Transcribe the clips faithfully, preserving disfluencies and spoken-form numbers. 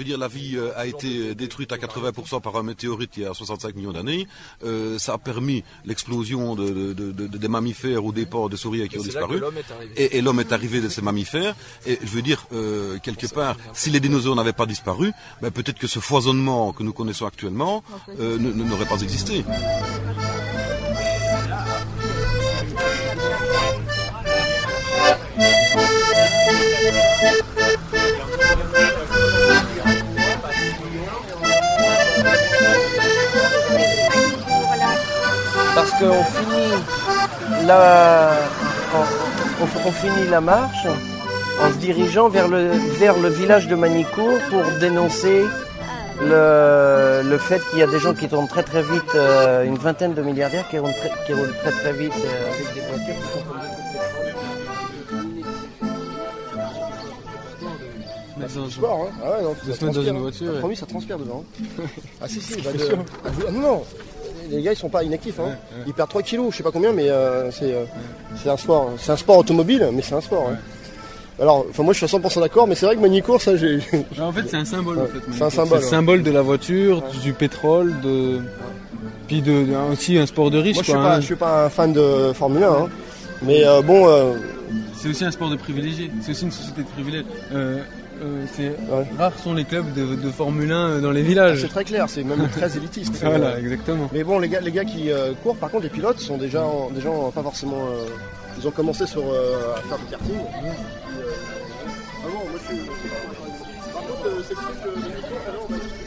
dire, la vie euh, a été détruite à quatre-vingts pour cent par un météorite il y a soixante-cinq millions d'années. Euh, ça a permis l'explosion de, de, de, de, des mammifères ou des porcs, des souris qui ont disparu. Et, et l'homme est arrivé de ces mammifères. Et je veux dire, euh, quelque part, si les dinosaures n'avaient pas disparu, ben, peut-être que ce foisonnement que nous connaissons actuellement euh, n'aurait pas existé. Parce qu'on finit la, on, on, on finit la marche en se dirigeant vers le, vers le village de Magnicourt pour dénoncer le, le fait qu'il y a des gens qui tournent très très vite, euh, une vingtaine de milliardaires qui roulent très, qui roulent très très vite euh, avec des voitures qui sont comme C'est un sport, hein. Ah ouais, non, ça se met dans une voiture. Ouais. Promis, ça transpire dedans. Ah si, si, bah de... ah, non, non, les gars ils sont pas inactifs, hein. Ouais, ouais. Ils perdent trois kilos, je sais pas combien, mais euh, c'est euh, ouais. un sport. C'est un sport automobile, mais c'est un sport. Ouais. Hein. Alors, enfin moi je suis à cent pour cent d'accord, mais c'est vrai que Magnicourt, ça j'ai... En fait c'est un symbole. Ouais, en fait, c'est un symbole. C'est le symbole de la voiture, ouais. du pétrole, de... puis de, de, aussi un sport de riche. Moi quoi, je suis, hein. pas, je suis pas un fan de Formule un, hein. Mais euh, bon... Euh... C'est aussi un sport de privilégiés, c'est aussi une société de privilèges. Euh, Euh, c'est ouais. Rares sont les clubs de, de Formule un dans les villages. Ah, c'est très clair, c'est même très élitiste. Voilà, euh... exactement. Mais bon, les gars, les gars qui euh, courent, par contre, les pilotes sont déjà en, des gens pas forcément. Euh, ils ont commencé sur euh, à faire du karting. Mmh. Et, euh, ah bon, moi je suis. Par contre, euh, c'est le truc de l'émission, alors on va expliquer.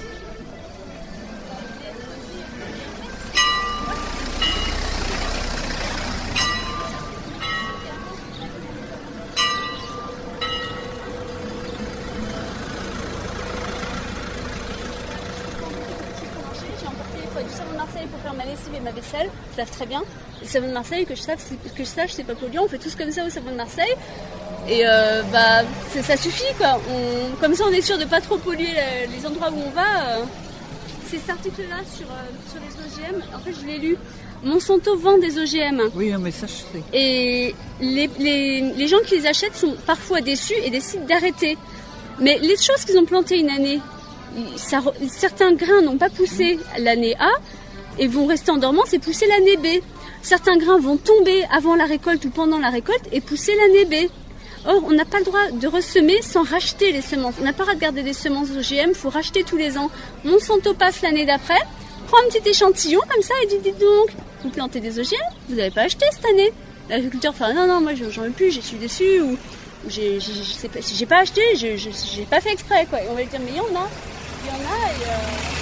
Pour faire ma lessive et ma vaisselle, je lave très bien. Le savon de Marseille, que je sache, que je sache, c'est pas polluant. On fait tous comme ça au savon de Marseille. Et euh, bah, ça suffit quoi. On, comme ça, on est sûr de pas trop polluer les, les endroits où on va. Euh. C'est cet article-là sur, euh, sur les O G M. En fait, je l'ai lu. Monsanto vend des O G M. Oui, mais ça je sais. Et les, les, les gens qui les achètent sont parfois déçus et décident d'arrêter. Mais les choses qu'ils ont plantées une année, ça, certains grains n'ont pas poussé l'année A. Et vont rester en dormance et pousser l'année B. Certains grains vont tomber avant la récolte ou pendant la récolte et pousser l'année B. Or, on n'a pas le droit de ressemer sans racheter les semences. On n'a pas le droit de garder des semences O G M, il faut racheter tous les ans. Monsanto passe l'année d'après, prend un petit échantillon comme ça et dit, dites donc, vous plantez des O G M, vous n'avez pas acheté cette année. L'agriculteur fait, non, non, moi j'en veux plus, je suis déçu, ou, ou j'ai, j'ai, j'ai, pas, j'ai pas acheté, je, je, j'ai pas fait exprès, quoi. Et on va lui dire, mais il y en a, il y en a, et... Euh...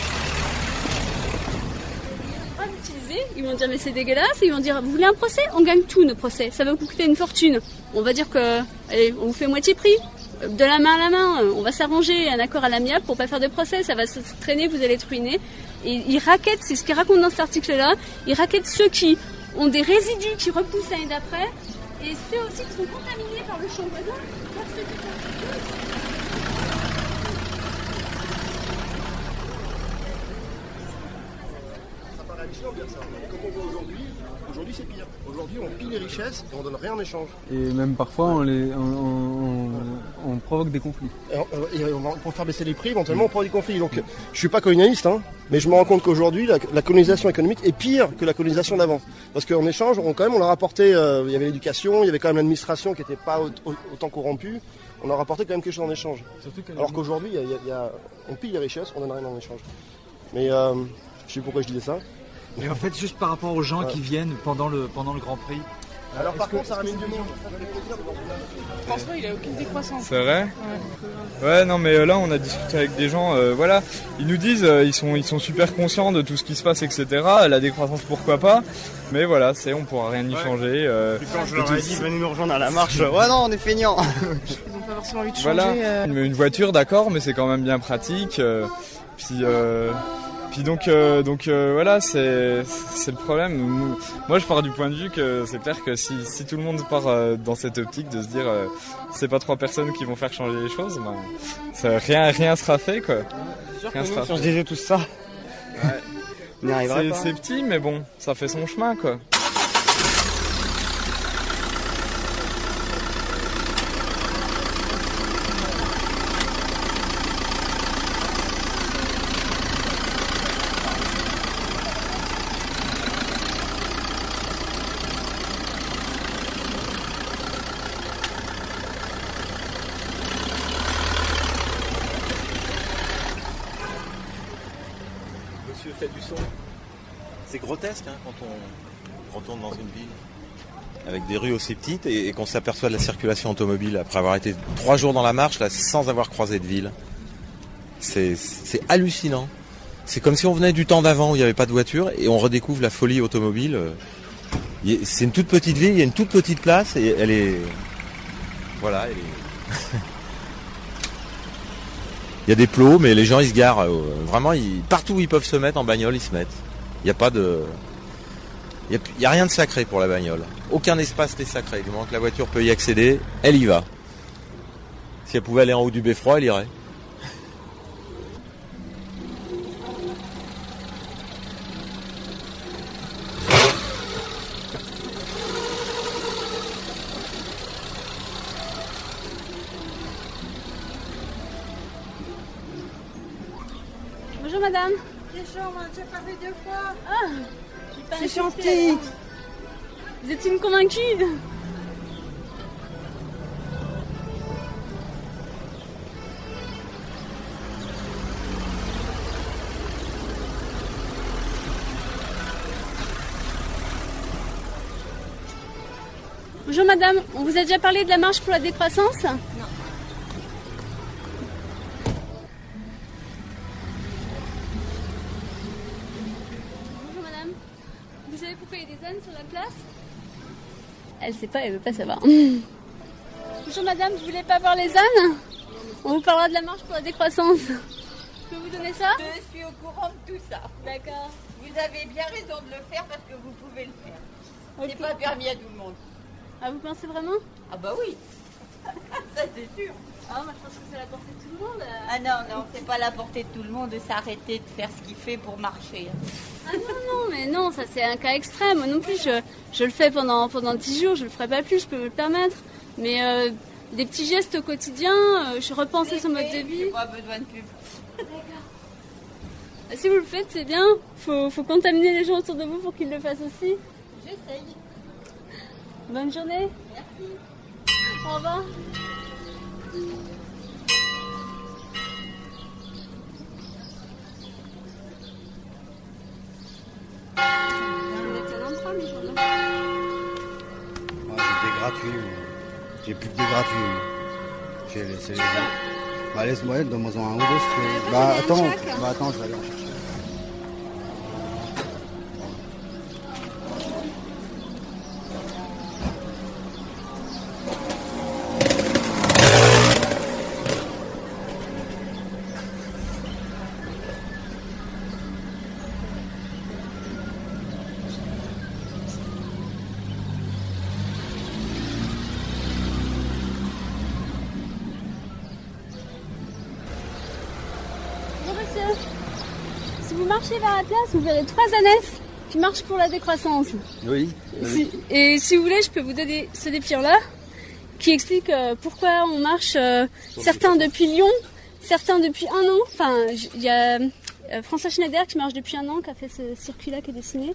Ils vont dire mais c'est dégueulasse, et ils vont dire vous voulez un procès? On gagne tous nos procès, ça va vous coûter une fortune. On va dire que allez, on vous fait moitié prix, de la main à la main, on va s'arranger un accord à l'amiable pour pas faire de procès, ça va se traîner, vous allez être ruinés. Et ils raquettent, c'est ce qu'ils racontent dans cet article-là, ils raquettent ceux qui ont des résidus qui repoussent l'année d'après, et ceux aussi qui sont contaminés par le champ voisin, par ceux qui sont... Comme on voit aujourd'hui, aujourd'hui c'est pire. Aujourd'hui on pille les richesses et on donne rien en échange. Et même parfois on, les, on, on, on provoque des conflits. Et, on, et on va, pour faire baisser les prix, éventuellement on provoque des conflits. Donc je suis pas colonialiste, hein, mais je me rends compte qu'aujourd'hui la, la colonisation économique est pire que la colonisation d'avant. Parce qu'en échange, on, quand même, on leur a apporté, euh, il y avait l'éducation, il y avait quand même l'administration qui n'était pas au, au, autant corrompue. On leur a apporté quand même quelque chose en échange. Alors qu'aujourd'hui, il y a, il y a, on pille les richesses, on donne rien en échange. Mais euh, je sais pourquoi je disais ça. Et en fait, juste par rapport aux gens ouais. qui viennent pendant le, pendant le Grand Prix. Alors par contre, ça ramène du monde. François, il a aucune décroissance. C'est vrai ? Ouais. Ouais, non, mais là, on a discuté avec des gens, euh, voilà. Ils nous disent, euh, ils sont, ils sont super conscients de tout ce qui se passe, et cetera. La décroissance, pourquoi pas ? Mais voilà, c'est, on pourra rien y ouais. changer. Euh, et quand je leur ai dit, venez nous rejoindre à la marche, ouais, non, on est feignants. Ils n'ont pas forcément envie de changer. Voilà, euh... une voiture, d'accord, mais c'est quand même bien pratique. Euh, puis... Euh, Puis donc, euh, donc euh, voilà, c'est, c'est le problème. Moi, je pars du point de vue que c'est clair que si, si tout le monde part euh, dans cette optique de se dire euh, c'est pas trois personnes qui vont faire changer les choses, ben, ça, rien, rien sera fait quoi. Rien sera fait. Si on se disait tout ça, ouais. on n'y arriverait c'est, pas. C'est petit, mais bon, ça fait son chemin quoi. sont. C'est grotesque hein, quand on retourne dans une ville avec des rues aussi petites et, et qu'on s'aperçoit de la circulation automobile après avoir été trois jours dans la marche là, sans avoir croisé de ville. C'est, c'est hallucinant. C'est comme si on venait du temps d'avant où il n'y avait pas de voiture et on redécouvre la folie automobile. C'est une toute petite ville, il y a une toute petite place et elle est... Voilà, elle est... Il y a des plots, mais les gens ils se garent. Euh, vraiment, ils... partout où ils peuvent se mettre en bagnole, ils se mettent. Il n'y a pas de... Il n'y a... il y a rien de sacré pour la bagnole. Aucun espace n'est sacré. Du moment que la voiture peut y accéder, elle y va. Si elle pouvait aller en haut du beffroi, elle irait. Bonjour madame. Bonjour, on s'est pas vu deux fois. Ah, c'est gentil. Vous êtes une convaincue? Bonjour madame, on vous a déjà parlé de la marche pour la décroissance? Non. Vous savez pourquoi il y a des ânes sur la place? Elle sait pas, elle veut pas savoir. Bonjour madame, vous voulez pas voir les ânes? On vous parlera de la marche pour la décroissance. Je peux vous donner ça? Je suis au courant de tout ça. D'accord. Vous avez bien raison de le faire parce que vous pouvez le faire. Okay. C'est pas permis à tout le monde. Ah, vous pensez vraiment? Ah bah oui. Ça c'est sûr. Ah, moi je pense que c'est à la portée de tout le monde. Ah non, non, c'est pas à la portée de tout le monde de s'arrêter de faire ce qu'il fait pour marcher. Ah non, non, mais non, ça c'est un cas extrême. Moi non plus, je, je le fais pendant, pendant dix jours, je le ferai pas plus, je peux me le permettre. Mais euh, des petits gestes au quotidien, euh, je repensais son mode de vie. J'ai pas besoin de pub. D'accord. Bah, si vous le faites, c'est bien. Faut, faut contaminer les gens autour de vous pour qu'ils le fassent aussi. J'essaye. Bonne journée. Merci. Au revoir. Gratuit. J'ai plus que des gratuits. J'ai laissé les gens. Bah laisse-moi être, donne-moi un ou deux. Si bah attends, bah attends, je vais aller en chercher. Si vous marchez vers la place, vous verrez trois ânesses qui marchent pour la décroissance. Oui. Si, et si vous voulez, je peux vous donner ce dépliant-là qui explique euh, pourquoi on marche, euh, certains depuis Lyon, certains depuis un an. Enfin, il y a euh, François Schneider qui marche depuis un an, qui a fait ce circuit-là qui est dessiné.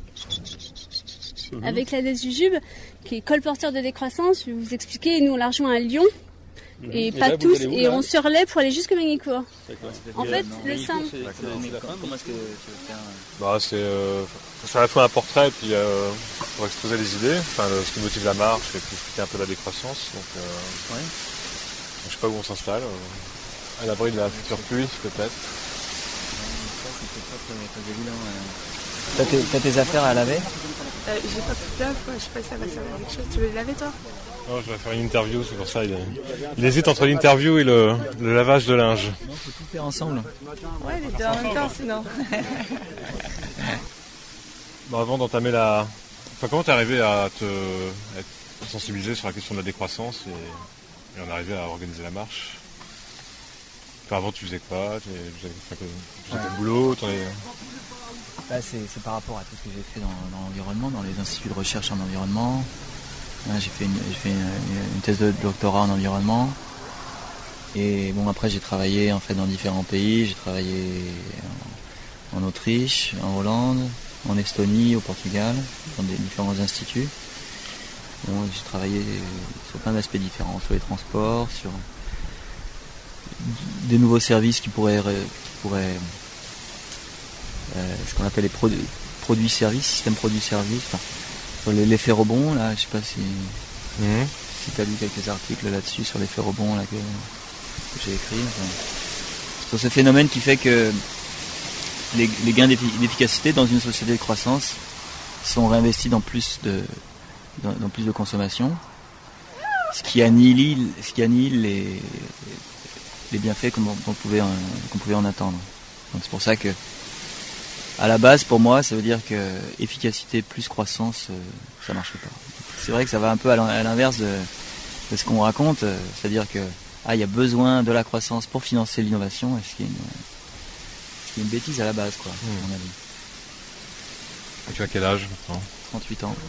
Mmh. Avec la Jujube, qui est colporteur de décroissance. Je vais vous expliquer. Et nous, on l'a rejoint à Lyon. Et, et pas là, tous, où, et on se relaie pour aller jusqu'à Magnicourt. En fait, non, le simple. Comment est-ce que tu veux faire? Bah, c'est euh, à la fois un portrait et puis euh, pour exposer les idées, enfin, le, ce qui motive la marche et puis expliquer un peu la décroissance. Donc, euh, ouais. Je sais pas où on s'installe, euh, à l'abri de la future pluie peut-être. T'as tes, t'as tes affaires à laver? euh, J'ai pas plus de lave, quoi. Je sais pas si ça va servir à quelque chose. Tu veux les laver toi? Non, je vais faire une interview, c'est pour ça il, il hésite entre l'interview et le, le lavage de linge. Non, faut tout faire ensemble. Ouais, les deux en même temps, sinon. Bon, avant d'entamer la... Enfin, comment t'es arrivé à te à être sensibilisé sur la question de la décroissance et, et en arriver à organiser la marche? Enfin, avant, tu faisais quoi? Tu faisais, enfin, tu faisais ouais. quel boulot? T'en es... Bah, c'est, c'est par rapport à tout ce que j'ai fait dans, dans l'environnement, dans les instituts de recherche en environnement. J'ai fait, une, j'ai fait une, une thèse de doctorat en environnement et bon après j'ai travaillé en fait dans différents pays. J'ai travaillé en, en Autriche, en Hollande, en Estonie, au Portugal, dans des différents instituts. Bon, j'ai travaillé sur plein d'aspects différents, sur les transports, sur des nouveaux services qui pourraient, qui pourraient euh, ce qu'on appelle les produits, produits-services, système produits-services, enfin, sur l'effet rebond, là, je sais pas si, mmh. si tu as lu quelques articles là-dessus sur l'effet rebond là, que, que j'ai écrit. Enfin, sur ce phénomène qui fait que les, les gains d'efficacité dans une société de croissance sont réinvestis dans plus de, dans, dans plus de consommation, ce qui annihile, ce qui annihile les, les bienfaits qu'on, qu'on, pouvait, qu'on pouvait en attendre. Donc c'est pour ça que, à la base, pour moi, ça veut dire que efficacité plus croissance, euh, ça marche pas. C'est vrai que ça va un peu à l'inverse de, de ce qu'on raconte, euh, c'est-à-dire que ah, il y a besoin de la croissance pour financer l'innovation, ce qui est une, ce qui est une bêtise à la base, quoi, mmh. à mon avis. Et tu as quel âge maintenant ? trente-huit ans.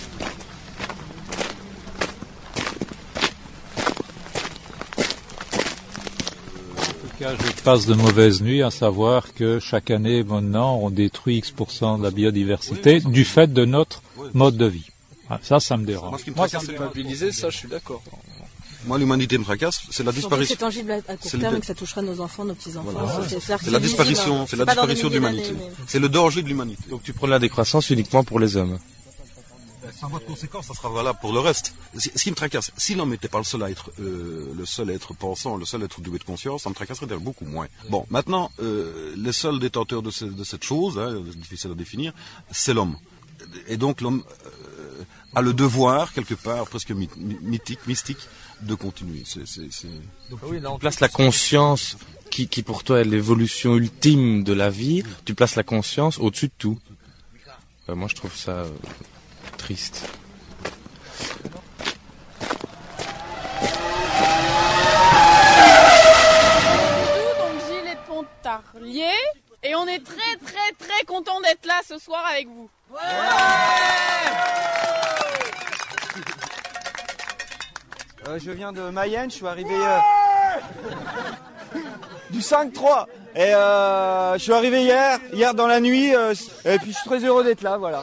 Je passe de mauvaises nuits à savoir que chaque année maintenant on détruit X pour cent de la biodiversité du fait de notre mode de vie. Ah, ça, ça me dérange. Moi, ce qui me tracasse, c'est culpabiliser, ça je suis d'accord. Moi, l'humanité me tracasse, c'est la disparition. C'est tangible à court terme et que ça touchera nos enfants, nos petits-enfants. Voilà. C'est, c'est, c'est la disparition, c'est la disparition de l'humanité. Mais... C'est le danger de l'humanité. Donc tu prends la décroissance uniquement pour les hommes. Sans voie de conséquence, ça sera valable pour le reste. Ce qui me tracasse, si l'homme n'était pas le seul être, euh, le seul être pensant, le seul être doué de conscience, ça me tracasserait beaucoup moins. Bon, maintenant, euh, les seuls détenteurs de, ce, de cette chose, hein, difficile à définir, c'est l'homme. Et donc l'homme euh, a le devoir, quelque part, presque mythique, mystique, de continuer. C'est, c'est, c'est... Donc oui, là, on place la conscience, qui, qui pour toi est l'évolution ultime de la vie, tu places la conscience au-dessus de tout. Euh, moi, je trouve ça... Euh... triste. Donc Gilles et Pontarlier et on est très très très content d'être là ce soir avec vous. Ouais. euh, je viens de Mayenne, je suis arrivé euh, du cinq trois et euh, je suis arrivé hier, hier dans la nuit euh, et puis je suis très heureux d'être là, voilà.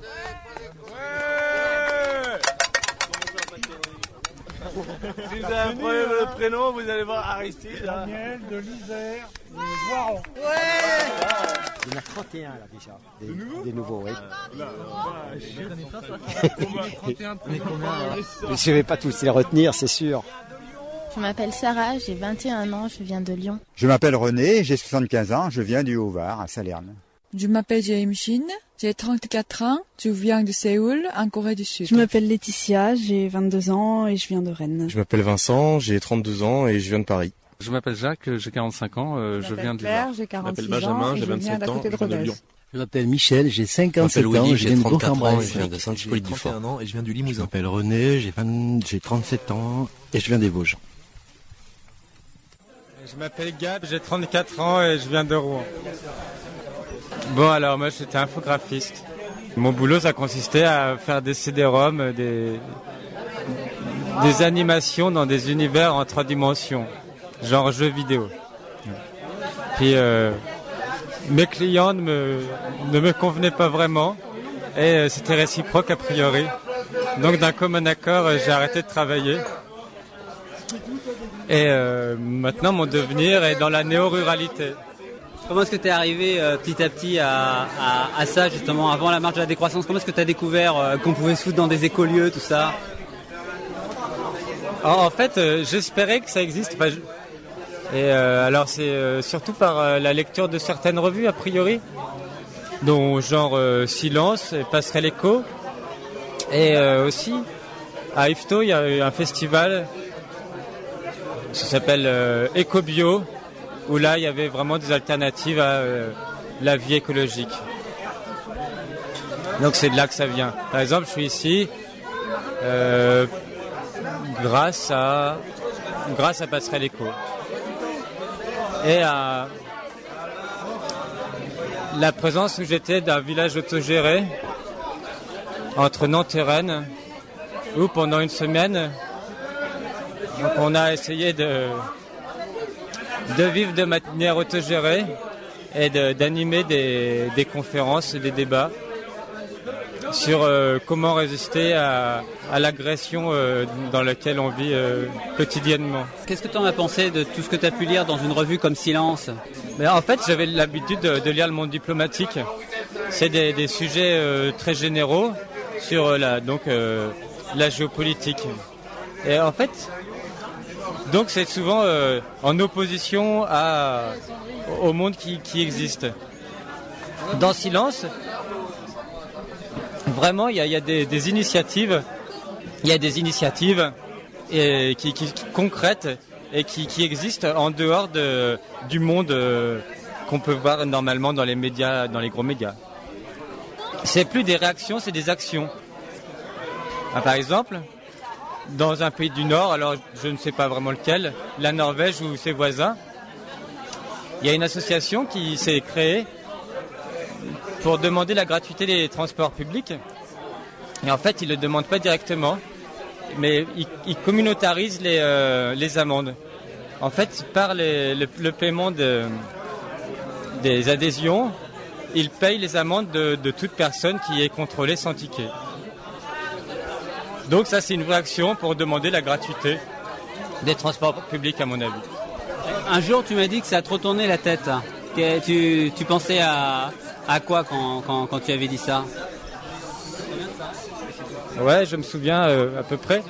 Si vous avez un problème de prénom, vous allez voir Aristide. Daniel, de l'Isère, de Voiron. Ouais. Il y en a trente et un là déjà. Des, de nouveaux Des nouveaux, oui. Je ne savais pas tous les retenir, c'est sûr. Je m'appelle Sarah, j'ai vingt et un ans, je viens de Lyon. Je m'appelle René, j'ai soixante-quinze ans, je viens du Haut-Var, à Salerne. Je m'appelle James Shin, j'ai trente-quatre ans, je viens de Séoul, en Corée du Sud. Je m'appelle Laetitia, j'ai vingt-deux ans et je viens de Rennes. Je m'appelle Vincent, j'ai trente-deux ans et je viens de Paris. Je m'appelle Jacques, j'ai quarante-cinq ans, euh, je, je viens du Var. J'ai quarante-six je m'appelle Benjamin, j'ai vingt-sept ans, je viens de Lyon. Je m'appelle Michel, j'ai cinquante-sept ans, Willy, je viens de Bourg-en-Bresse. Je viens de Saint-Hippolyte-du-Fort. J'ai trente et un ans et je viens du Limousin. Je m'appelle René, j'ai, vingt... j'ai trente-sept ans et je viens des Vosges. Je m'appelle Gab, j'ai trente-quatre ans et je viens de Rouen. Bon, alors moi j'étais infographiste. Mon boulot ça consistait à faire des C D-ROM, des, des animations dans des univers en trois dimensions, genre jeux vidéo. Puis euh, mes clients ne me, ne me convenaient pas vraiment et euh, c'était réciproque a priori. Donc d'un commun accord, euh, j'ai arrêté de travailler. Et euh, maintenant mon devenir est dans la néo-ruralité. Comment est-ce que tu es arrivé euh, petit à petit à, à, à ça, justement, avant la marche de la décroissance? Comment est-ce que tu as découvert euh, qu'on pouvait se foutre dans des écolieux, tout ça? Alors, en fait, euh, j'espérais que ça existe. Enfin, je... Et euh, alors, c'est euh, surtout par euh, la lecture de certaines revues, a priori, dont genre euh, Silence, et Passerelle Écho. Et euh, aussi, à Yvetot, il y a eu un festival, ça s'appelle euh, Éco-Bio, où là, il y avait vraiment des alternatives à euh, la vie écologique. Donc c'est de là que ça vient. Par exemple, je suis ici euh, grâce à grâce à Passerelle Éco. Et à la présence où j'étais d'un village autogéré entre Nantes et Rennes, où pendant une semaine, donc on a essayé de de vivre de manière autogérée et de, d'animer des, des conférences et des débats sur euh, comment résister à, à l'agression euh, dans laquelle on vit euh, quotidiennement. Qu'est-ce que tu en as pensé de tout ce que tu as pu lire dans une revue comme Silence? Mais en fait, j'avais l'habitude de, de lire le Monde diplomatique. C'est des, des sujets euh, très généraux sur la, donc, euh, la géopolitique. Et en fait, donc c'est souvent euh, en opposition à, au monde qui, qui existe. Dans Silence, vraiment, il y a, y a des, des initiatives, il y a des initiatives et, qui, qui, qui concrètes et qui, qui existent en dehors de, du monde euh, qu'on peut voir normalement dans les médias, dans les gros médias. C'est plus des réactions, c'est des actions. Ah, par exemple, dans un pays du Nord, alors je ne sais pas vraiment lequel, la Norvège ou ses voisins, il y a une association qui s'est créée pour demander la gratuité des transports publics. Et en fait, ils ne le demandent pas directement, mais ils, ils communautarisent les, euh, les amendes. En fait, par les, le, le paiement de, des adhésions, ils payent les amendes de, de toute personne qui est contrôlée sans ticket. Donc ça, c'est une vraie action pour demander la gratuité des transports publics, à mon avis. Un jour, tu m'as dit que ça a trop tourné la tête. Tu, tu pensais à, à quoi quand, quand, quand tu avais dit ça? Ouais, je me souviens euh, à peu près.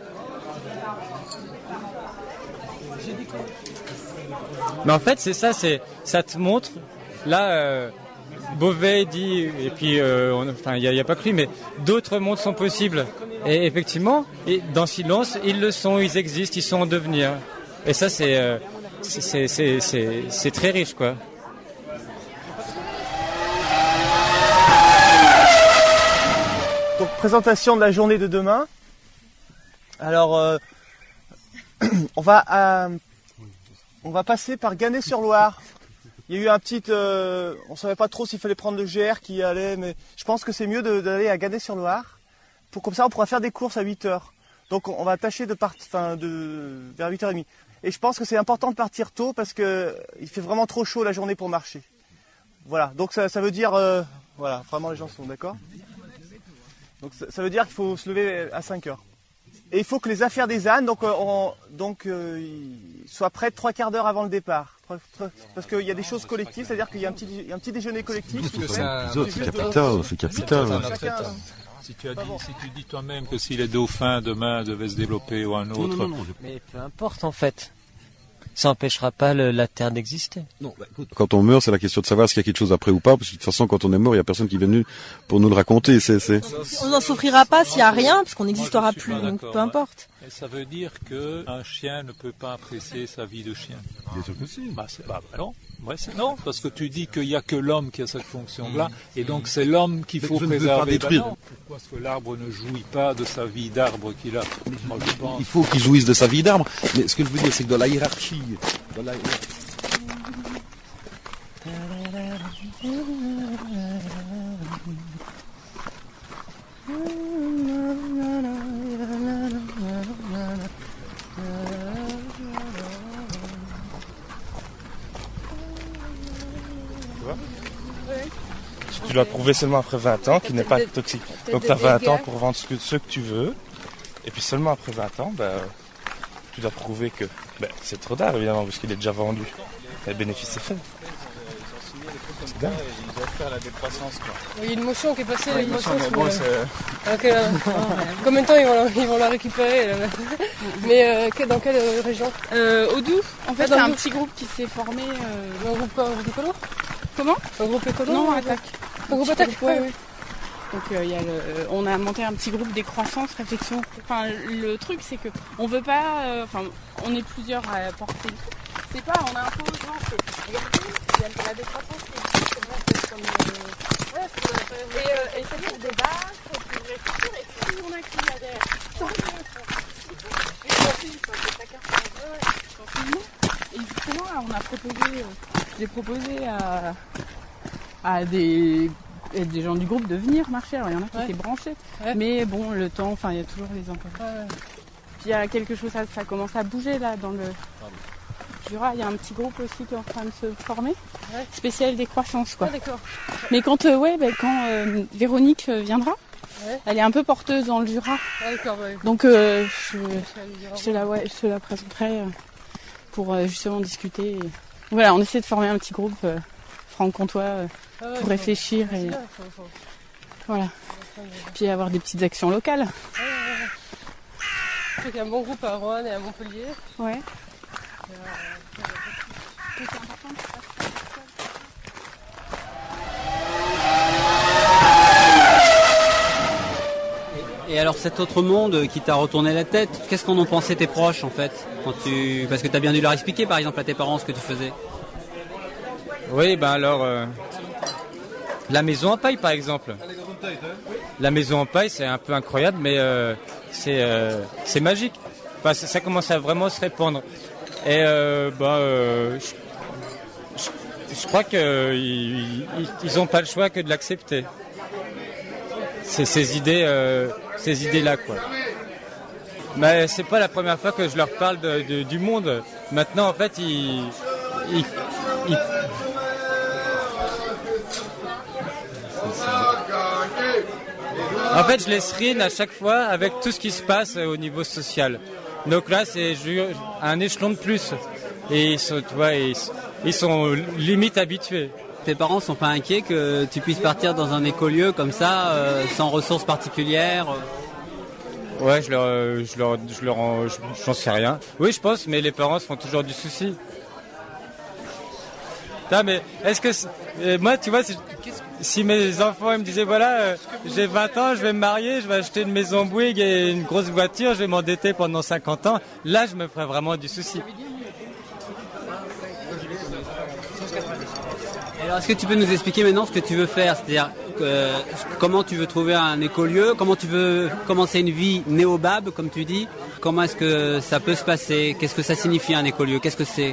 Mais en fait, c'est ça, c'est, ça te montre. Là, euh, Beauvais dit, et puis, euh, on, enfin, il n'y a, a pas que lui, mais d'autres mondes sont possibles. Et effectivement, et dans Silence, ils le sont, ils existent, ils sont en devenir. Et ça, c'est, euh, c'est, c'est, c'est, c'est, c'est très riche, quoi. Donc, présentation de la journée de demain. Alors, euh, on va à, on va passer par Ganay-sur-Loire. Il y a eu un petit, euh, on savait pas trop s'il fallait prendre le G R qui allait, mais je pense que c'est mieux de, d'aller à Ganay-sur-Loire. Pour comme ça, on pourra faire des courses à huit heures. Donc, on va tâcher de partir, enfin, de vers huit heures trente. Et je pense que c'est important de partir tôt parce que il fait vraiment trop chaud la journée pour marcher. Voilà. Donc ça, ça veut dire, euh, voilà, vraiment les gens sont d'accord. Donc ça, ça veut dire qu'il faut se lever à cinq heures. Et il faut que les affaires des ânes, donc, euh, on, donc euh, soient prêtes trois quarts d'heure avant le départ. Parce qu'il y a des choses collectives, c'est-à-dire qu'il y a un petit, il y a un petit déjeuner collectif. C'est capital, c'est capital. Si tu, as dit, si tu dis toi-même que si les dauphins demain devaient se développer ou un autre... Non, non, non, je... Mais peu importe en fait. Ça n'empêchera pas le, la Terre d'exister. Non, bah, écoute, quand on meurt, c'est la question de savoir s'il y a quelque chose après ou pas, parce que de toute façon, quand on est mort, il n'y a personne qui est venu pour nous le raconter. C'est, c'est... On n'en souffrira pas s'il n'y a rien, parce qu'on n'existera plus, donc peu importe. Et ça veut dire qu'un chien ne peut pas apprécier sa vie de chien. Bien sûr que si. Bah, c'est, bah, bah non. Ouais, c'est non, parce que tu dis qu'il n'y a que l'homme qui a cette fonction-là, et donc c'est l'homme qu'il faut préserver. Bah non. Pourquoi est-ce que l'arbre ne jouit pas de sa vie d'arbre qu'il a? Moi, je pense. Il faut qu'il jouisse de sa vie d'arbre, mais ce que je veux dire, c'est que dans la hiérarchie, dans la... Tu dois prouver seulement après vingt ans qu'il n'est pas toxique. Donc tu as vingt ans pour vendre ce que, ce que tu veux. Et puis seulement après vingt ans, bah, tu dois prouver que bah, c'est trop tard évidemment parce qu'il est déjà vendu. Le bénéfice est fait. C'est dingue. Il doit faire la décroissance quoi. Il y a une motion qui est passée. Ouais, une motion, mais bon, c'est... Okay, là, combien de temps ils vont, la, ils vont la récupérer là. Mais euh, dans quelle euh, région euh, Oudou. En fait, ah, c'est un Oudou. petit groupe qui s'est formé. Euh... Un groupe quoi, un groupe écolo? Comment? Un groupe écolo? Non, Attaque. Un groupe Attaque, ouais, ouais. Donc euh, y a le, euh, on a monté un petit groupe décroissance, réflexion. Enfin, le truc c'est que on veut pas, enfin, euh, on est plusieurs à porter. C'est pas, on a un peu aux gens, c'est, regardez, il y a la décroissance qui existe, c'est vrai, c'est comme, euh, ouais, c'est vrai, et, euh, et ça veut dire débattre, pour réfléchir, et puis tout le monde a qui là derrière. Et justement, là, on a proposé, euh, j'ai proposé à, à des et des gens du groupe de venir marcher. Alors il y en a qui ouais. étaient branchés, ouais. mais bon, le temps, enfin il y a toujours les emplois. Ouais. Puis il y a quelque chose, ça, ça commence à bouger là dans le Jura. Il y a un petit groupe aussi qui est en train de se former, ouais. spécial décroissance quoi. Ah, d'accord. Mais quand euh, ouais, bah, quand euh, Véronique viendra, ouais. elle est un peu porteuse dans le Jura. Ah, d'accord, ouais. Donc euh, je, je, te la, ouais, je te la présenterai pour euh, justement discuter. Et... Voilà, on essaie de former un petit groupe euh, franc-comtois euh, Ah ouais, pour faut- réfléchir c'est et ça, faut- faut- voilà. Puis avoir des petites actions locales. Ouais, ouais, ouais. Je sais qu'il y a un bon groupe à Roanne et à Montpellier. Ouais. Et alors cet autre monde qui t'a retourné la tête, qu'est-ce qu'en ont pensé tes proches en fait quand tu... Parce que tu as bien dû leur expliquer par exemple à tes parents ce que tu faisais. Oui, ben alors, euh, la maison en paille par exemple. La maison en paille, c'est un peu incroyable, mais euh, c'est euh, c'est magique. Enfin, ça, ça commence à vraiment se répandre. Et euh, bah, euh, je, je, je crois qu'ils ils n'ont pas le choix que de l'accepter. C'est ces idées, euh, ces idées-là, quoi. Mais c'est pas la première fois que je leur parle de, de, du monde. Maintenant, en fait, ils, ils, ils En fait, je les screen à chaque fois avec tout ce qui se passe au niveau social. Donc là, c'est un échelon de plus. Et ils sont, tu vois, ils, ils sont limite habitués. Tes parents sont pas inquiets que tu puisses partir dans un écolieu comme ça, euh, sans ressources particulières euh... Ouais, je leur, je leur, je leur, en- je- j'en sais rien. Oui, je pense, mais les parents se font toujours du souci. Putain, mais est-ce que c'est- euh, moi, tu vois, si, si mes enfants ils me disaient voilà, euh, j'ai vingt ans, je vais me marier, je vais acheter une maison Bouygues et une grosse voiture, je vais m'endetter pendant cinquante ans, là, je me ferais vraiment du souci. Alors, est-ce que tu peux nous expliquer maintenant ce que tu veux faire? C'est-à-dire euh, comment tu veux trouver un écolieu, comment tu veux commencer une vie néobab, comme tu dis. Comment est-ce que ça peut se passer? Qu'est-ce que ça signifie un écolieu? Qu'est-ce que c'est?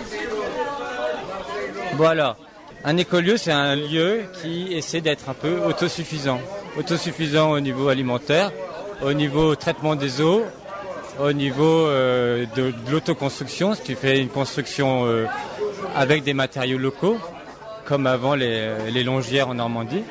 Voilà. Un écolieu, c'est un lieu qui essaie d'être un peu autosuffisant. Autosuffisant au niveau alimentaire, au niveau traitement des eaux, au niveau euh, de, de l'autoconstruction. Si tu fais une construction euh, avec des matériaux locaux, comme avant les, les longières en Normandie.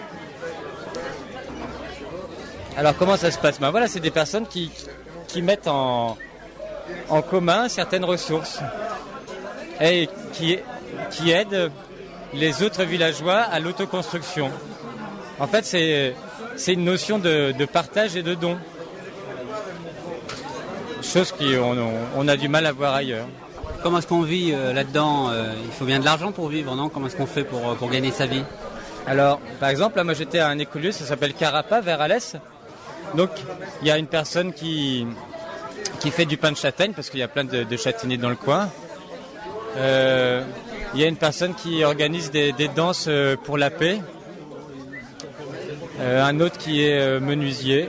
Alors comment ça se passe? Ben voilà, c'est des personnes qui, qui mettent en, en commun certaines ressources et qui, qui aident les autres villageois à l'autoconstruction. En fait, c'est, c'est une notion de, de partage et de don. Chose qu'on on a du mal à voir ailleurs. Comment est-ce qu'on vit euh, là-dedans euh, Il faut bien de l'argent pour vivre, non? Comment est-ce qu'on fait pour, pour gagner sa vie? Alors, par exemple, là, moi j'étais à un écolieu, ça s'appelle Carapa, vers Alès. Donc, il y a une personne qui, qui fait du pain de châtaigne, parce qu'il y a plein de, de châtaigniers dans le coin. Euh, il y a une personne qui organise des, des danses euh, pour la paix. Euh, un autre qui est euh, menuisier.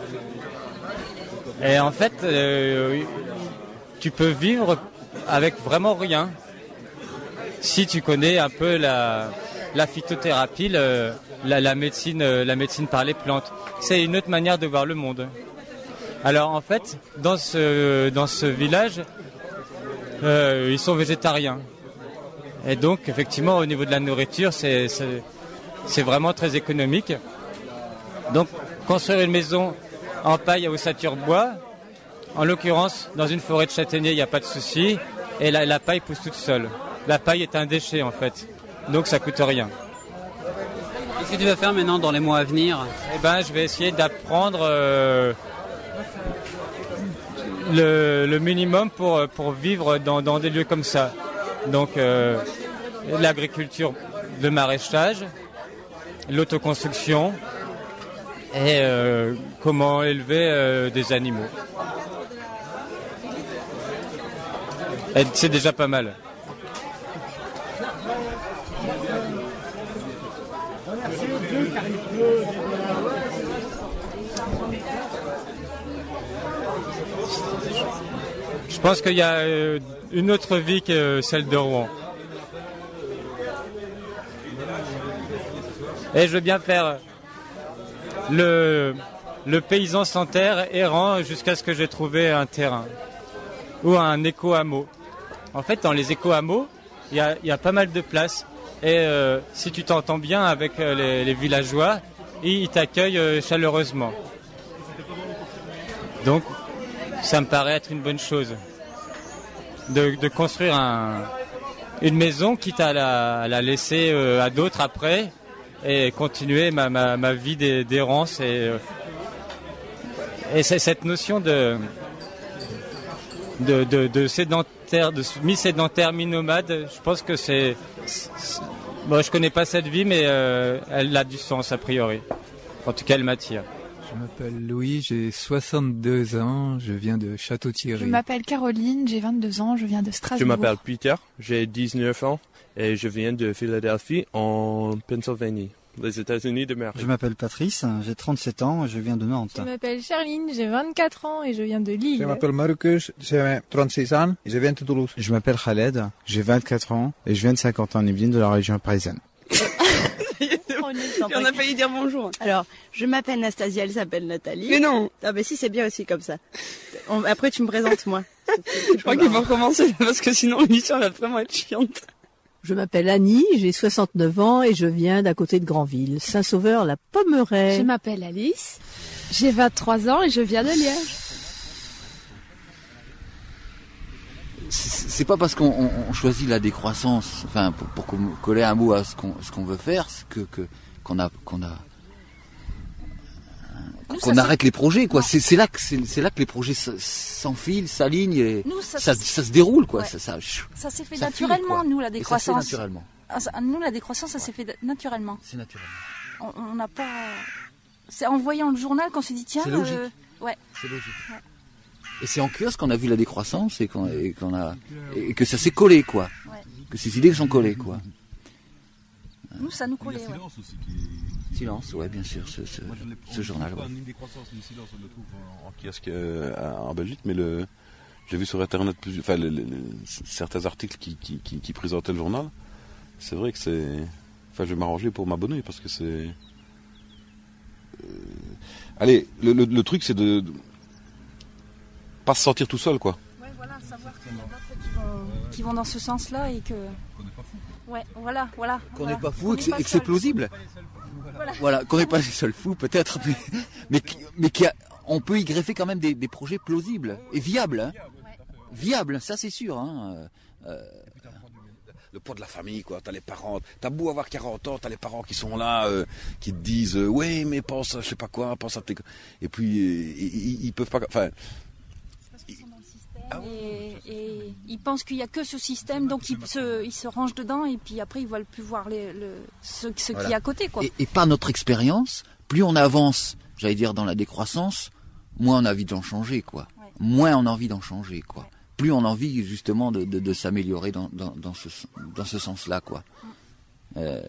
Et en fait, euh, tu peux vivre avec vraiment rien. Si tu connais un peu la, la phytothérapie, le, la, la, médecine, la médecine par les plantes, c'est une autre manière de voir le monde. Alors en fait, dans ce, dans ce village, euh, ils sont végétariens. Et donc effectivement, au niveau de la nourriture, c'est, c'est, c'est vraiment très économique. Donc construire une maison en paille à ossature bois, en l'occurrence, dans une forêt de châtaigniers, il n'y a pas de souci. Et la, la paille pousse toute seule. La paille est un déchet, en fait. Donc, ça coûte rien. Qu'est-ce que tu vas faire maintenant dans les mois à venir? Eh ben, je vais essayer d'apprendre euh, le, le minimum pour, pour vivre dans, dans des lieux comme ça. Donc, euh, l'agriculture, le maraîchage, l'autoconstruction et euh, comment élever euh, des animaux. Et c'est déjà pas mal. Je pense qu'il y a euh, une autre vie que celle de Rouen. Et je veux bien faire le, le paysan sans terre errant jusqu'à ce que j'ai trouvé un terrain ou un éco-hameau. En fait, dans les éco-hameaux, il y a, y a pas mal de place. Et euh, si tu t'entends bien avec euh, les, les villageois, ils, ils t'accueillent euh, chaleureusement. Donc, ça me paraît être une bonne chose de, de construire un, une maison, quitte à la, à la laisser euh, à d'autres après et continuer ma, ma, ma vie d'errance. Et, euh, et c'est cette notion de, de, de, de sédentaire, de mi-sédentaire, mi-nomade, je pense que c'est... Bon, je connais pas cette vie, mais euh, elle a du sens a priori. En tout cas, elle m'attire. Je m'appelle Louis, j'ai soixante-deux ans, je viens de Château-Thierry. Je m'appelle Caroline, j'ai vingt-deux ans, je viens de Strasbourg. Je m'appelle Peter, j'ai dix-neuf ans et je viens de Philadelphie en Pennsylvanie, les États-Unis d'Amérique. Je m'appelle Patrice, j'ai trente-sept ans et je viens de Nantes. Je m'appelle Charline, j'ai vingt-quatre ans et je viens de Lille. Je m'appelle Marcus, j'ai trente-six ans et je viens de Toulouse. Je m'appelle Khaled, j'ai vingt-quatre ans et je viens de Saint-Quentin-en-Yvelines de la région parisienne. On a failli dire bonjour. Alors, je m'appelle Nastasia, elle s'appelle Nathalie. Mais non. Ah ben si, c'est bien aussi comme ça. On... Après, tu me présentes moi. Je crois qu'il faut recommencer parce que sinon l'émission va vraiment être chiante. Je m'appelle Annie, j'ai soixante-neuf ans et je viens d'à côté de Granville, Saint-Sauveur-la-Pommeraye. Je m'appelle Alice, j'ai vingt-trois ans et je viens de Liège. C'est pas parce qu'on on choisit la décroissance, enfin pour, pour coller un mot à ce qu'on ce qu'on veut faire, que que qu'on a qu'on a qu'on arrête les projets quoi. C'est c'est là que c'est c'est là que les projets s'enfilent, s'alignent et nous, ça, ça, ça se déroule quoi. Ouais. Ça ça ça s'est fait ça naturellement file, nous la décroissance. Et ça naturellement. Nous la décroissance ça ouais. s'est fait naturellement. C'est naturellement. On n'a pas. C'est en voyant le journal qu'on s'est dit tiens. C'est logique. Euh... Ouais. C'est logique. Ouais. Et c'est en kiosque qu'on a vu la décroissance et qu'on, et qu'on a et que ça s'est collé quoi, ouais. Que ces idées sont collées quoi. Nous ça nous collait. Il y a silence ouais. aussi qui. Silence, ouais bien sûr ce, ce, ce journal. Pas ouais. ni décroissance ni silence on le trouve en, en kiosque euh, en Belgique, mais le j'ai vu sur internet plus, enfin le, le, le, certains articles qui, qui, qui, qui présentaient le journal. C'est vrai que c'est, enfin je vais m'arranger pour m'abonner parce que c'est. Euh... Allez, le, le, le truc c'est de, de pas se sentir tout seul quoi. Ouais voilà, savoir qu'il y en a d'autres qui vont, qui vont dans ce sens-là et que. Qu'on n'est pas fou. Ouais, voilà, voilà. Qu'on n'est voilà. pas fou et que c'est, c'est plausible. Voilà. Voilà, qu'on n'est pas les seuls fous peut-être, mais mais, mais qu'il y a, on peut y greffer quand même des, des projets plausibles et viables. Hein. Ouais. Viables, ça c'est sûr. Hein. Euh, le poids de la famille, quoi. T'as les parents, t'as beau avoir quarante ans, t'as les parents qui sont là, euh, qui te disent, euh, ouais, mais pense, je sais pas quoi, pense à tes. Et puis, euh, ils, ils peuvent pas. Enfin. Parce qu'ils sont dans le système ah et, et ils pensent qu'il y a que ce système, donc ils se, ils se rangent dedans et puis après ils veulent plus voir les, le, ce, ce voilà. qui est à côté, quoi. Et, et par notre expérience, plus on avance, j'allais dire, dans la décroissance, moins on a envie d'en changer, quoi. Ouais. Moins on a envie d'en changer, quoi. Ouais. Plus on a envie justement de, de, de s'améliorer dans, dans, dans ce, dans ce sens-là, quoi. Euh,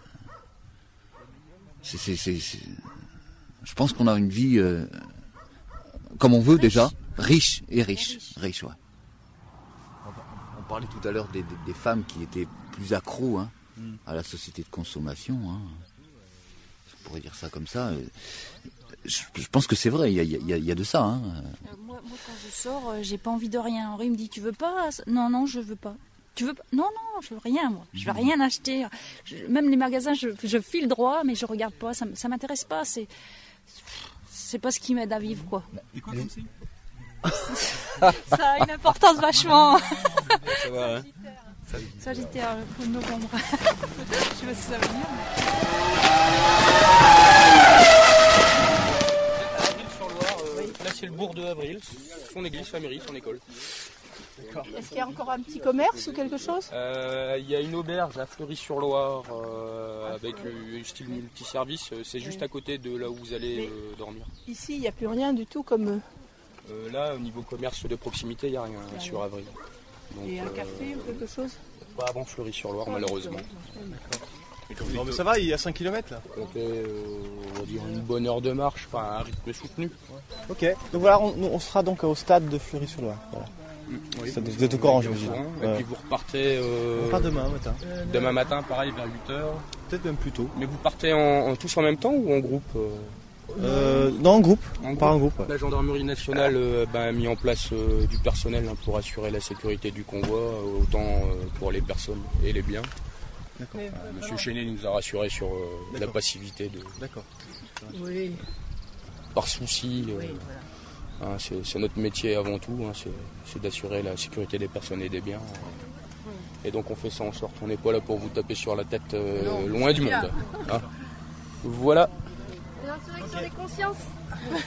c'est, c'est, c'est, c'est... Je pense qu'on a une vie euh, comme on veut riche. déjà, riche et riche, riche, riche ouais. On parlait tout à l'heure des, des, des femmes qui étaient plus accros hein, mm. à la société de consommation. Hein. On pourrait dire ça comme ça. Je, je pense que c'est vrai, il y a, y, a, y a de ça. Hein. Euh, moi, moi, quand je sors, euh, j'ai pas envie de rien. Henri me dit, tu veux pas? Non, non, je veux pas. Tu veux pas? Non, non, je veux rien, moi. Je veux rien acheter. Je, même les magasins, je, je file droit, mais je regarde pas. Ça, ça m'intéresse pas. C'est, c'est pas ce qui m'aide à vivre, quoi. Et quoi comme signe? Ça a une importance vachement. Ça va, hein? Sagittaire, le novembre. Je sais pas si ça veut dire. Là, c'est le bourg de Avril, son église, sa mairie, son école. D'accord. Est-ce qu'il y a encore un petit commerce ou quelque chose? euh, Il y a une auberge à Fleury-sur-Loire euh, avec un style multiservice. C'est juste à côté de là où vous allez euh, dormir. Ici, il n'y a plus rien du tout comme... Euh, là, au niveau commerce de proximité, il n'y a rien ah, sur Avril. Donc, et un euh, café ou quelque chose? Pas avant Fleury-sur-Loire, ah, malheureusement. D'accord. Non, mais ça va, il y a cinq kilomètres là. Donc, euh, on va dire une bonne heure de marche, enfin un rythme soutenu. Ok, donc voilà, on, on sera donc au stade de Fleury-sur-Loire. Voilà. Oui, ça, vous êtes au courant, j'imagine. Et ouais. Puis vous repartez. Euh, on part demain matin. Demain matin, pareil, vers huit heures. Peut-être même plus tôt. Mais vous partez en, en, tous en même temps ou en groupe euh... Euh, non, en groupe. En Pas en groupe. Ouais. La gendarmerie nationale euh, bah, a mis en place euh, du personnel hein, pour assurer la sécurité du convoi, euh, autant euh, pour les personnes et les biens. D'accord. Euh, Monsieur Chenet nous a rassuré sur euh, la passivité de. D'accord. Oui. Par souci. Euh, oui, voilà. hein, c'est, c'est notre métier avant tout, hein, c'est, c'est d'assurer la sécurité des personnes et des biens. Et donc on fait ça en sorte. On n'est pas là pour vous taper sur la tête euh, loin du monde. Hein. Voilà. L'insurrection des consciences. Pardon ?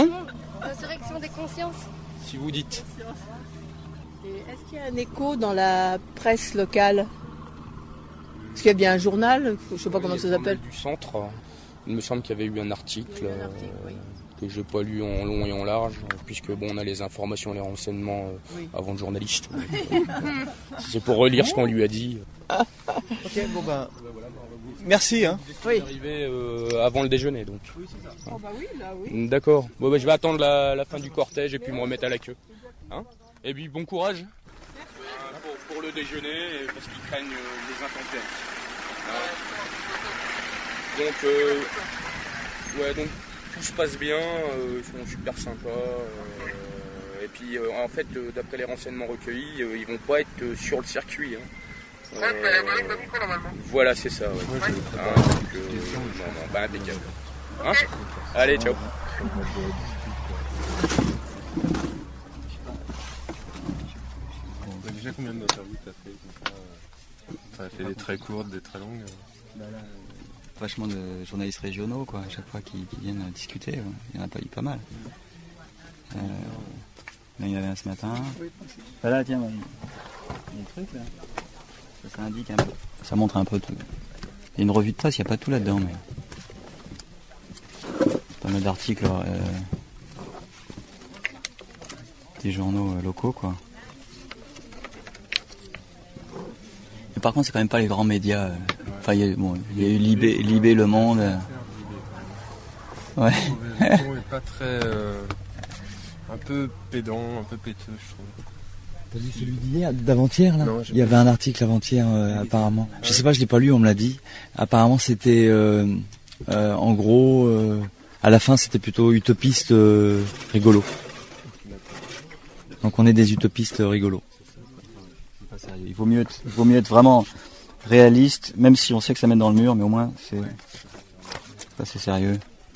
L'insurrection des consciences. Si vous dites. Et est-ce qu'il y a un écho dans la presse locale ? Est-ce qu'il y a bien un journal ? Je ne sais pas oui, comment ça s'appelle. Du centre. Il me semble qu'il y avait eu un article euh, oui. que je n'ai pas lu en long et en large, puisque bon, on a les informations, les renseignements euh, oui. avant le journaliste. C'est pour relire ce qu'on lui a dit. Ok, bon ben. Merci. Hein. Oui. Je suis arrivé euh, avant le déjeuner, donc. Oui, c'est ça. Oh bah oui, là, oui. D'accord. Bon, bah, je vais attendre la, la fin du cortège et puis me remettre à la queue. Hein ? Et puis bon courage euh, pour, pour le déjeuner, parce qu'ils craignent euh, les intempéries. Ouais. Donc, euh, ouais, donc tout se passe bien, euh, ils sont super sympas. Euh, et puis euh, en fait, euh, d'après les renseignements recueillis, euh, ils vont pas être euh, sur le circuit. Hein. Euh, voilà, c'est ça. Ouais. Ouais, hein, donc, euh, non, non, bah impeccable. Hein ? Allez, ciao. Déjà combien d'interviews t'as fait T'as fait des très courtes, des très longues bah là, vachement de journalistes régionaux quoi, à chaque fois qui, qui viennent discuter, ouais. Il y en a pas eu pas mal. Euh, là il y en avait un ce matin. Bah là tiens, il y a des trucs là. Ça, ça indique un peu. Ça montre un peu tout. Il y a une revue de presse, il n'y a pas tout là-dedans mais. Pas mal d'articles euh, des journaux euh, locaux quoi. Par contre, c'est quand même pas les grands médias. Enfin, il y a, bon, il y a eu Libé, Libé, Le Monde. Ouais. Le ton est pas très, euh, un peu pédant, un peu péteux, je trouve. T'as vu celui d'hier, d'avant-hier là ? Non, il y avait un article avant-hier euh, apparemment. Je sais pas, je l'ai pas lu, on me l'a dit. Apparemment, c'était, euh, euh, en gros, euh, à la fin, c'était plutôt utopiste euh, rigolo. Donc, on est des utopistes rigolos. Sérieux. Il vaut mieux être, il vaut mieux être vraiment réaliste, même si on sait que ça mène dans le mur, mais au moins c'est, ça c'est sérieux.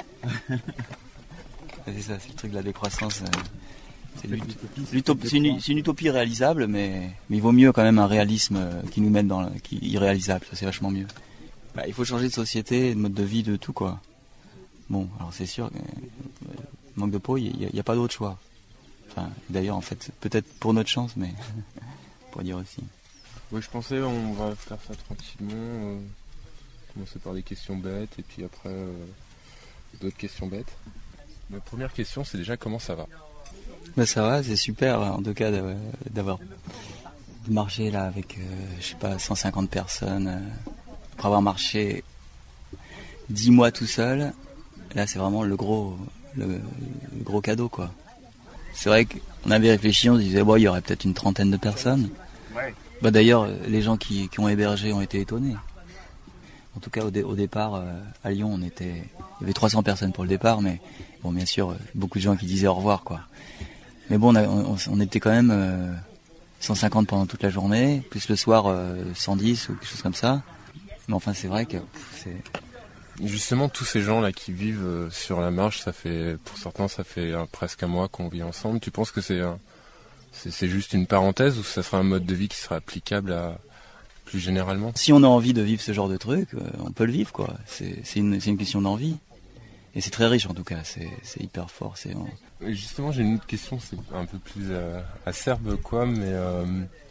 C'est ça, c'est le truc de la décroissance. C'est, l'utopie, c'est, une, c'est une utopie réalisable, mais, mais il vaut mieux quand même un réalisme qui nous mène dans, le, qui est irréalisable. Ça c'est vachement mieux. Bah, il faut changer de société, de mode de vie, de tout quoi. Bon, alors c'est sûr, que, manque de peau, il n'y a, a pas d'autre choix. Enfin, d'ailleurs en fait, peut-être pour notre chance, mais. Pour dire aussi. Oui, je pensais on va faire ça tranquillement, euh, commencer par des questions bêtes et puis après euh, d'autres questions bêtes. Ma première question, c'est déjà comment ça va ? Ben ça va, c'est super en tout cas d'avoir marché là avec euh, je sais pas cent cinquante personnes euh, après avoir marché dix mois tout seul. Là, c'est vraiment le gros le, le gros cadeau quoi. C'est vrai qu'on avait réfléchi, on se disait bon, il y aurait peut-être une trentaine de personnes. Ouais. Bah d'ailleurs, les gens qui, qui ont hébergé ont été étonnés. En tout cas, au, dé, au départ, euh, à Lyon, on était, il y avait trois cents personnes pour le départ, mais bon, bien sûr, beaucoup de gens qui disaient au revoir, quoi. Mais bon, on, a, on, on était quand même euh, cent cinquante pendant toute la journée, plus le soir euh, cent dix ou quelque chose comme ça. Mais enfin, c'est vrai que pff, c'est. Justement, tous ces gens-là qui vivent euh, sur la marche, ça fait, pour certains, ça fait euh, presque un mois qu'on vit ensemble. Tu penses que c'est un C'est, c'est juste une parenthèse ou ça serait un mode de vie qui serait applicable à plus généralement ? Si on a envie de vivre ce genre de truc, euh, on peut le vivre quoi. C'est, c'est, une, c'est une question d'envie. Et c'est très riche en tout cas, c'est, c'est hyper fort. C'est, on... Justement, j'ai une autre question, c'est un peu plus euh, acerbe quoi, mais euh...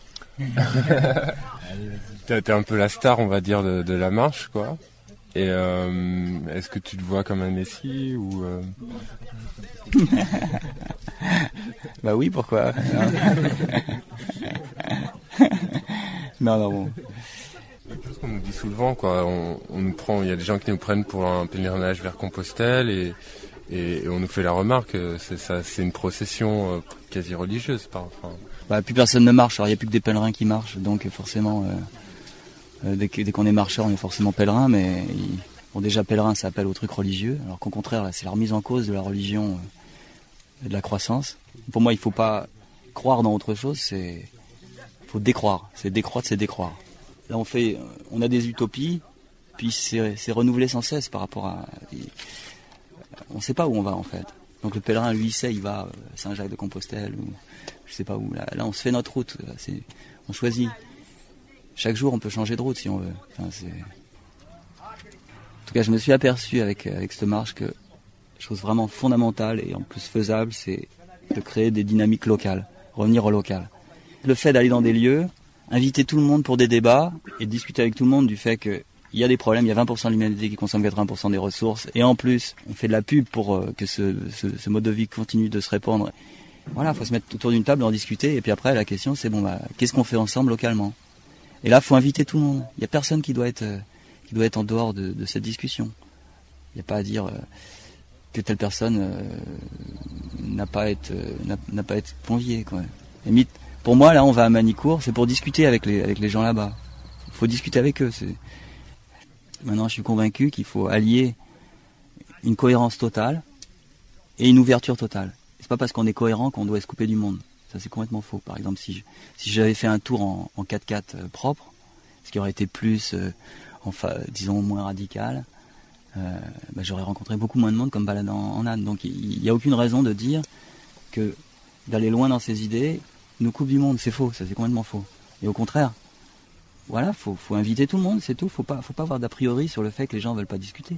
t'es, t'es un peu la star on va dire de, de la marche quoi. Et euh, est-ce que tu te vois comme un messie ou euh... Bah oui, pourquoi Non, non, bon. Quelque chose qu'on nous dit souvent, quoi. On, on nous prend, il y a des gens qui nous prennent pour un pèlerinage vers Compostelle et, et, et on nous fait la remarque, c'est ça, c'est une procession euh, quasi religieuse, par enfin. Bah plus personne ne marche, alors il n'y a plus que des pèlerins qui marchent, donc forcément. Euh... Dès, que, dès qu'on est marcheur, on est forcément pèlerin, mais il, bon, déjà pèlerin, ça appelle au truc religieux, alors qu'au contraire, là, c'est la remise en cause de la religion et de la croissance. Pour moi, il ne faut pas croire dans autre chose, c'est faut décroire, c'est décroître, c'est décroire. Là, on fait, on a des utopies, puis c'est, c'est renouvelé sans cesse par rapport à, on ne sait pas où on va en fait. Donc le pèlerin, lui, il sait, il va à Saint-Jacques de Compostelle ou je sais pas où. Là, là, on se fait notre route, c'est, on choisit. chaque jour on peut changer de route si on veut. Enfin, c'est... En tout cas, je me suis aperçu avec, avec cette marche que chose vraiment fondamentale et en plus faisable, c'est de créer des dynamiques locales, revenir au local. Le fait d'aller dans des lieux, inviter tout le monde pour des débats et discuter avec tout le monde du fait qu'il y a des problèmes, il y a vingt pour cent de l'humanité qui consomme quatre-vingts pour cent des ressources et en plus on fait de la pub pour euh, que ce, ce, ce mode de vie continue de se répandre. Voilà, il faut se mettre autour d'une table, en discuter et puis après la question c'est bon bah qu'est-ce qu'on fait ensemble localement? Et là il faut inviter tout le monde. Il n'y a personne qui doit être, euh, qui doit être en dehors de, de cette discussion. Il n'y a pas à dire... Euh, que telle personne euh, n'a pas être euh, n'a, n'a pas être conviée quoi. Et pour moi là on va à Manicourt, c'est pour discuter avec les avec les gens là-bas. Il faut discuter avec eux. C'est... Maintenant je suis convaincu qu'il faut allier une cohérence totale et une ouverture totale. C'est pas parce qu'on est cohérent qu'on doit se couper du monde. Ça c'est complètement faux. Par exemple si je, si j'avais fait un tour en, en quatre-quatre euh, propre, ce qui aurait été plus euh, enfin disons moins radical. Euh, bah, j'aurais rencontré beaucoup moins de monde comme baladant en âne. Donc il n'y a aucune raison de dire que d'aller loin dans ses idées nous coupe du monde. C'est faux, ça c'est complètement faux. Et au contraire, voilà, faut, faut inviter tout le monde, c'est tout. Faut pas, faut pas avoir d'a priori sur le fait que les gens veulent pas discuter.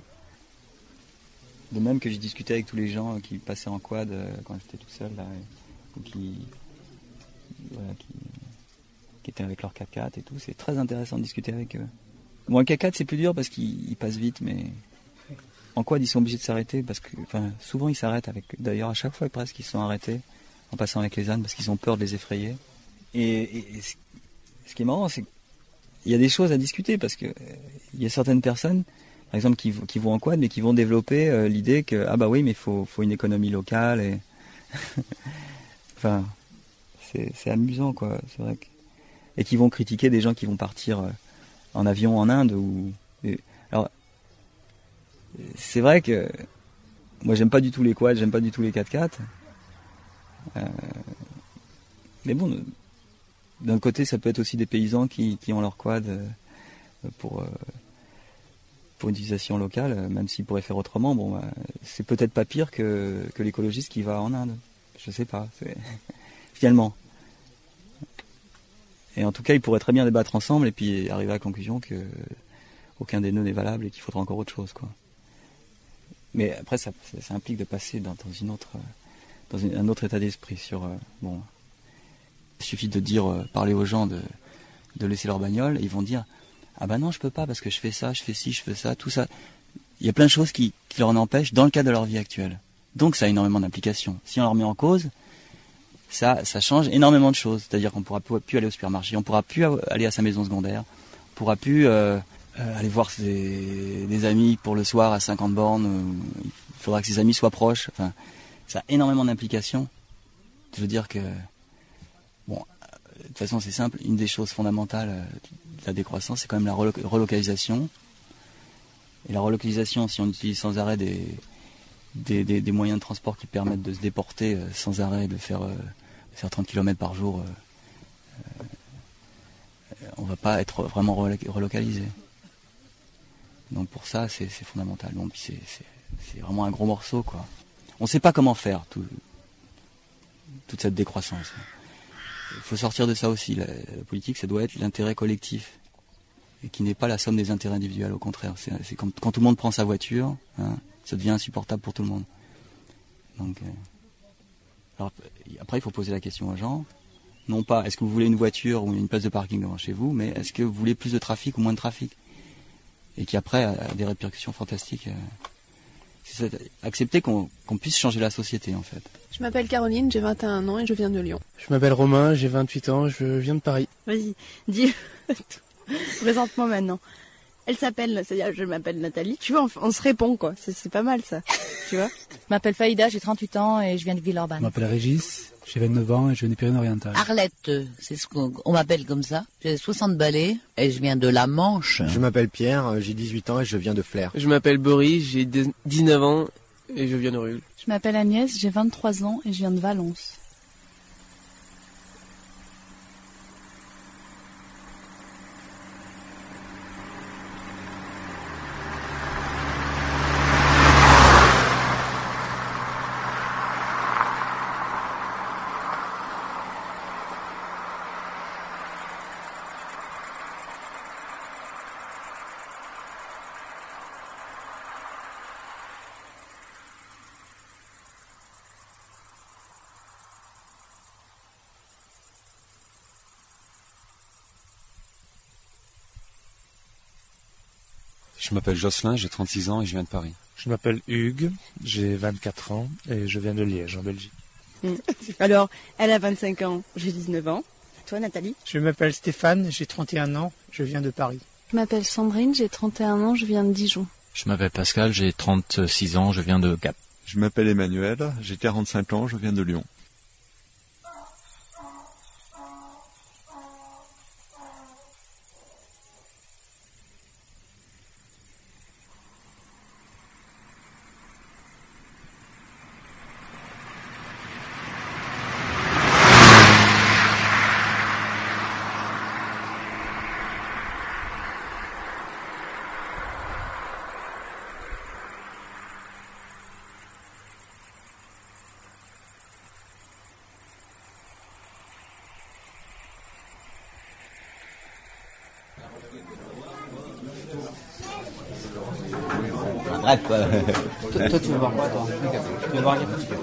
De même que j'ai discuté avec tous les gens qui passaient en quad euh, quand j'étais tout seul là, ou qui, voilà, qui, qui étaient avec leur quatre-quatre et tout. C'est très intéressant de discuter avec eux. Bon, un quatre-quatre c'est plus dur parce qu'il passe vite, mais en quad ils sont obligés de s'arrêter parce que, enfin, souvent ils s'arrêtent avec. D'ailleurs, à chaque fois presque ils se sont arrêtés en passant avec les ânes parce qu'ils ont peur de les effrayer. Et, et, et ce, ce qui est marrant, c'est qu'il y a des choses à discuter parce que il y a certaines personnes, par exemple, qui, qui vont en quad, mais qui vont développer euh, l'idée que ah bah oui, mais il faut, faut une économie locale et enfin, c'est, c'est amusant quoi, c'est vrai que... et qui vont critiquer des gens qui vont partir euh, en avion en Inde ou et... alors c'est vrai que moi j'aime pas du tout les quads, j'aime pas du tout les quatre-quatre. Euh... Mais bon, d'un côté ça peut être aussi des paysans qui, qui ont leur quad euh, pour euh, pour une utilisation locale, même s'ils pourraient faire autrement. Bon, bah, c'est peut-être pas pire que, que l'écologiste qui va en Inde. Je sais pas. C'est... Finalement. Et en tout cas, ils pourraient très bien débattre ensemble et puis arriver à la conclusion que aucun des nœuds n'est valable et qu'il faudra encore autre chose, quoi. Mais après, ça, ça, ça implique de passer dans, dans une autre, dans une, un autre état d'esprit. Sur euh, bon, il suffit de dire, euh, parler aux gens de, de laisser leur bagnole, et ils vont dire ah ben non, je peux pas parce que je fais ça, je fais ci, je fais ça, tout ça. Il y a plein de choses qui, qui leur en empêchent dans le cadre de leur vie actuelle. Donc ça a énormément d'implications. Si on leur met en cause, ça, ça change énormément de choses. C'est-à-dire qu'on pourra plus aller au supermarché, on pourra plus aller à sa maison secondaire, on pourra plus euh, euh, aller voir ses, des amis pour le soir à cinquante bornes. Euh, il faudra que ses amis soient proches. Enfin, ça a énormément d'implications. Je veux dire que, bon, de toute façon c'est simple, une des choses fondamentales de la décroissance, c'est quand même la reloc- relocalisation. Et la relocalisation, si on utilise sans arrêt des, des, des, des moyens de transport qui permettent de se déporter euh, sans arrêt, de faire, euh, de faire trente kilomètres par jour, euh, euh, on ne va pas être vraiment relo- relocalisé. Donc pour ça, c'est, c'est fondamental. Bon, puis c'est, c'est, c'est vraiment un gros morceau, quoi. On ne sait pas comment faire tout, toute cette décroissance. Il faut sortir de ça aussi. La, la politique, ça doit être l'intérêt collectif. Et qui n'est pas la somme des intérêts individuels, au contraire. C'est, c'est quand, quand tout le monde prend sa voiture, hein, ça devient insupportable pour tout le monde. Donc, euh, alors, après, il faut poser la question aux gens. Non pas, est-ce que vous voulez une voiture ou une place de parking devant chez vous, mais est-ce que vous voulez plus de trafic ou moins de trafic? Et qui après a des répercussions fantastiques. Euh, c'est accepter qu'on, qu'on puisse changer la société, en fait. Je m'appelle Caroline, j'ai vingt et un ans et je viens de Lyon. Je m'appelle Romain, j'ai vingt-huit ans, je viens de Paris. Vas-y, dis présente-moi maintenant. Elle s'appelle, c'est-à-dire je m'appelle Nathalie. Tu vois, on, on se répond quoi. C'est, c'est pas mal ça. Tu vois. Je m'appelle Faïda, j'ai trente-huit ans et je viens de Villeurbanne. Je m'appelle Régis, j'ai vingt-neuf ans et je viens des Pyrénées-Orientales. Arlette, c'est ce qu'on on m'appelle comme ça. J'ai soixante balais et je viens de la Manche. Je m'appelle Pierre, j'ai dix-huit ans et je viens de Flers. Je m'appelle Boris, j'ai dix-neuf ans et je viens de Rul. Je m'appelle Agnès, j'ai vingt-trois ans et je viens de Valence. Je m'appelle Jocelyn, j'ai trente-six ans et je viens de Paris. Je m'appelle Hugues, j'ai vingt-quatre ans et je viens de Liège, en Belgique. Alors, elle a vingt-cinq ans, j'ai dix-neuf ans. Toi, Nathalie? Je m'appelle Stéphane, j'ai trente et un ans, je viens de Paris. Je m'appelle Sandrine, j'ai trente et un ans, je viens de Dijon. Je m'appelle Pascal, j'ai trente-six ans, je viens de Gap. Je m'appelle Emmanuel, j'ai quarante-cinq ans, je viens de Lyon. Bref. Euh... toi, toi, tu veux voir quoi, toi? Tu veux voir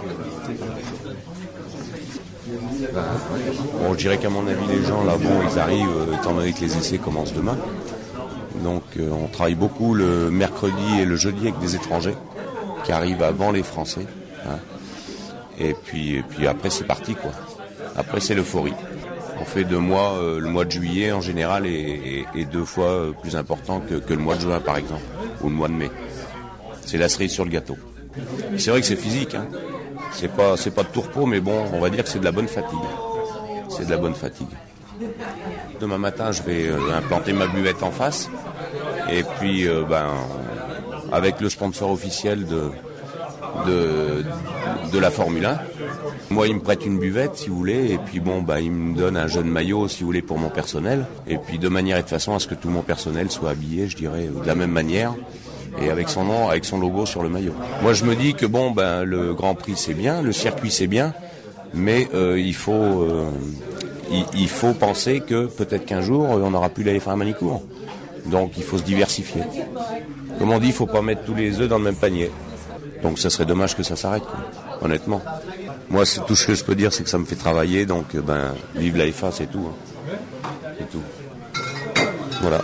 Bon, je dirais qu'à mon avis, les gens, là, bon, ils arrivent, euh, étant donné que les essais commencent demain. Donc, euh, on travaille beaucoup le mercredi et le jeudi avec des étrangers qui arrivent avant les Français. Hein. Et puis, et puis après, c'est parti, quoi. Après, c'est l'euphorie. On fait deux mois, euh, le mois de juillet en général est, est, est deux fois euh, plus important que, que le mois de juin, par exemple, ou le mois de mai. C'est la cerise sur le gâteau. Et c'est vrai que c'est physique, hein. C'est pas, c'est pas de tout repos, mais bon, on va dire que c'est de la bonne fatigue. C'est de la bonne fatigue. Demain matin, je vais euh, implanter ma buvette en face, et puis, euh, ben, avec le sponsor officiel de, de, de la Formule un. Moi, il me prête une buvette, si vous voulez, et puis bon, bah, il me donne un jeune maillot, si vous voulez, pour mon personnel, et puis de manière et de façon à ce que tout mon personnel soit habillé, je dirais, de la même manière. Et avec son nom, avec son logo sur le maillot. Moi, je me dis que bon, ben le Grand Prix c'est bien, le circuit c'est bien, mais euh, il faut, euh, il, il faut penser que peut-être qu'un jour on n'aura plus la F un à Manicourt. Donc, il faut se diversifier. Comme on dit, il faut pas mettre tous les œufs dans le même panier. Donc, ça serait dommage que ça s'arrête, quoi, honnêtement. Moi, c'est tout ce que je peux dire, c'est que ça me fait travailler, donc ben vive la F un, c'est tout. Hein. C'est tout. Voilà.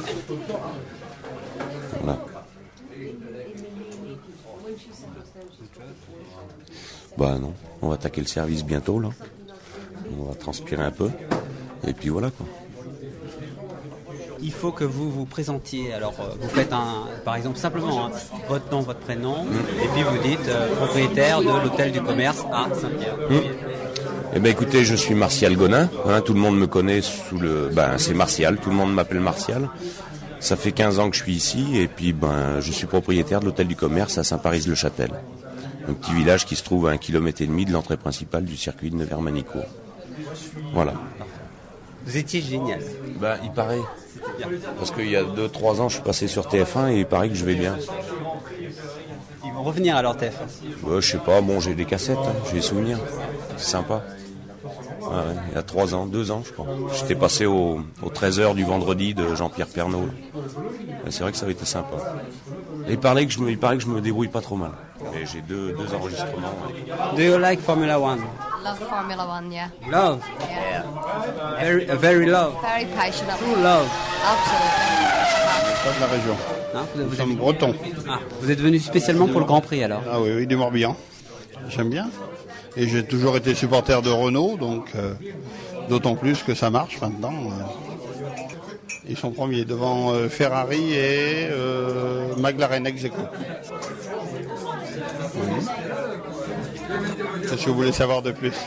Voilà. Bah non, on va attaquer le service bientôt là. On va transpirer un peu. Et puis voilà quoi. Il faut que vous vous présentiez. Alors vous faites un, par exemple simplement hein, votre nom, votre prénom, mmh. et puis vous dites euh, propriétaire de l'hôtel du commerce à Saint-Pierre. Mmh. Eh ben écoutez, je suis Martial Gonin. Hein, tout le monde me connaît sous le, ben c'est Martial. Tout le monde m'appelle Martial. Ça fait quinze ans que je suis ici et puis ben je suis propriétaire de l'hôtel du commerce à Saint-Paris-le-Châtel. Un petit village qui se trouve à un kilomètre et demi de l'entrée principale du circuit de Nevers-Manicourt. Voilà. Vous étiez génial. Ben, il paraît. Parce qu'il y a deux trois ans, je suis passé sur T F un et il paraît que je vais bien. Ils vont revenir alors T F un. Ben, je sais pas, bon, j'ai des cassettes, hein, j'ai des souvenirs. C'est sympa. Ah ouais, il y a trois ans, deux ans, je crois. J'étais passé au, au treize heures du vendredi de Jean-Pierre Pernaut. Et c'est vrai que ça avait été sympa. Et il paraît que je me, il paraît que je me débrouille pas trop mal. Et j'ai deux, deux enregistrements. Do you like Formula One? Love Formula One, yeah. Love? Yeah. Very, uh, very love. Very passionate. True love. Absolutely. Pas de la région. Hein, vous, Nous vous sommes êtes... bretons. Ah, vous êtes venu spécialement pour le Grand Prix alors? Ah oui, oui, du Morbihan. J'aime bien. Et j'ai toujours été supporter de Renault, donc euh, d'autant plus que ça marche maintenant. Euh, ils sont premiers devant euh, Ferrari et euh, McLaren ex-aequo. Oui. Qu'est-ce que vous voulez savoir de plus?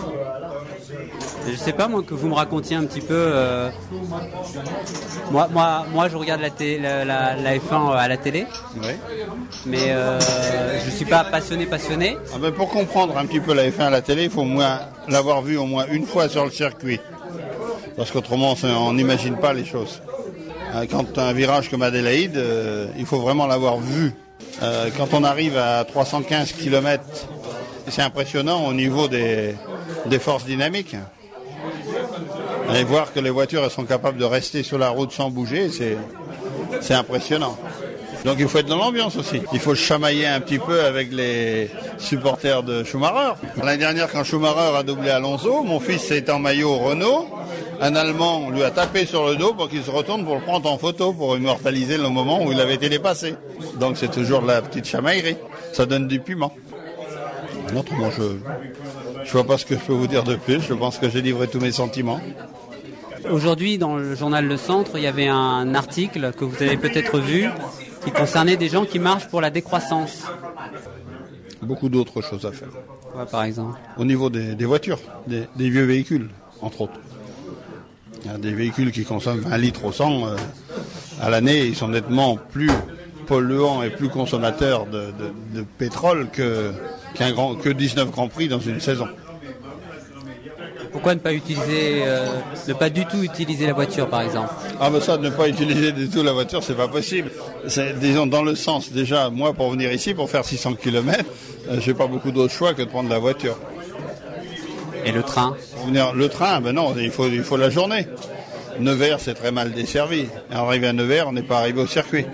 Je sais pas, moi, que vous me racontiez un petit peu. Euh... Moi, moi, moi, je regarde la, té- la, la, la F un à la télé. Oui. Mais euh, je suis pas passionné, passionné. Ah ben pour comprendre un petit peu la F un à la télé, il faut au moins l'avoir vu au moins une fois sur le circuit. Parce qu'autrement, on n'imagine pas les choses. Quand un virage comme Adélaïde, euh, il faut vraiment l'avoir vu. Euh, quand on arrive à trois cent quinze kilomètres, c'est impressionnant au niveau des, des forces dynamiques. Et voir que les voitures elles sont capables de rester sur la route sans bouger, c'est, c'est impressionnant. Donc il faut être dans l'ambiance aussi. Il faut chamailler un petit peu avec les supporters de Schumacher. L'année dernière, quand Schumacher a doublé Alonso, mon fils était en maillot Renault un Allemand lui a tapé sur le dos pour qu'il se retourne pour le prendre en photo, pour immortaliser le moment où il avait été dépassé. Donc c'est toujours de la petite chamaillerie. Ça donne du piment. Autrement, je je vois pas ce que je peux vous dire de plus. Je pense que j'ai livré tous mes sentiments. Aujourd'hui, dans le journal Le Centre, il y avait un article que vous avez peut-être vu qui concernait des gens qui marchent pour la décroissance. Beaucoup d'autres choses à faire. Ouais, par exemple. Au niveau des, des voitures, des, des vieux véhicules, entre autres. Il y a des véhicules qui consomment un litre au cent euh, à l'année. Ils sont nettement plus polluants et plus consommateurs de, de, de pétrole que, qu'un grand, que dix-neuf Grands Prix dans une saison. Pourquoi ne pas utiliser, euh, ne pas du tout utiliser la voiture, par exemple? Ah ben ça, ne pas utiliser du tout la voiture, c'est pas possible. C'est, disons, dans le sens, déjà, moi, pour venir ici, pour faire six cents kilomètres, euh, j'ai pas beaucoup d'autres choix que de prendre la voiture. Et le train? Pour venir, le train, ben non, il faut, il faut la journée. Nevers, c'est très mal desservi. Arrivé à Nevers, on n'est pas arrivé au circuit.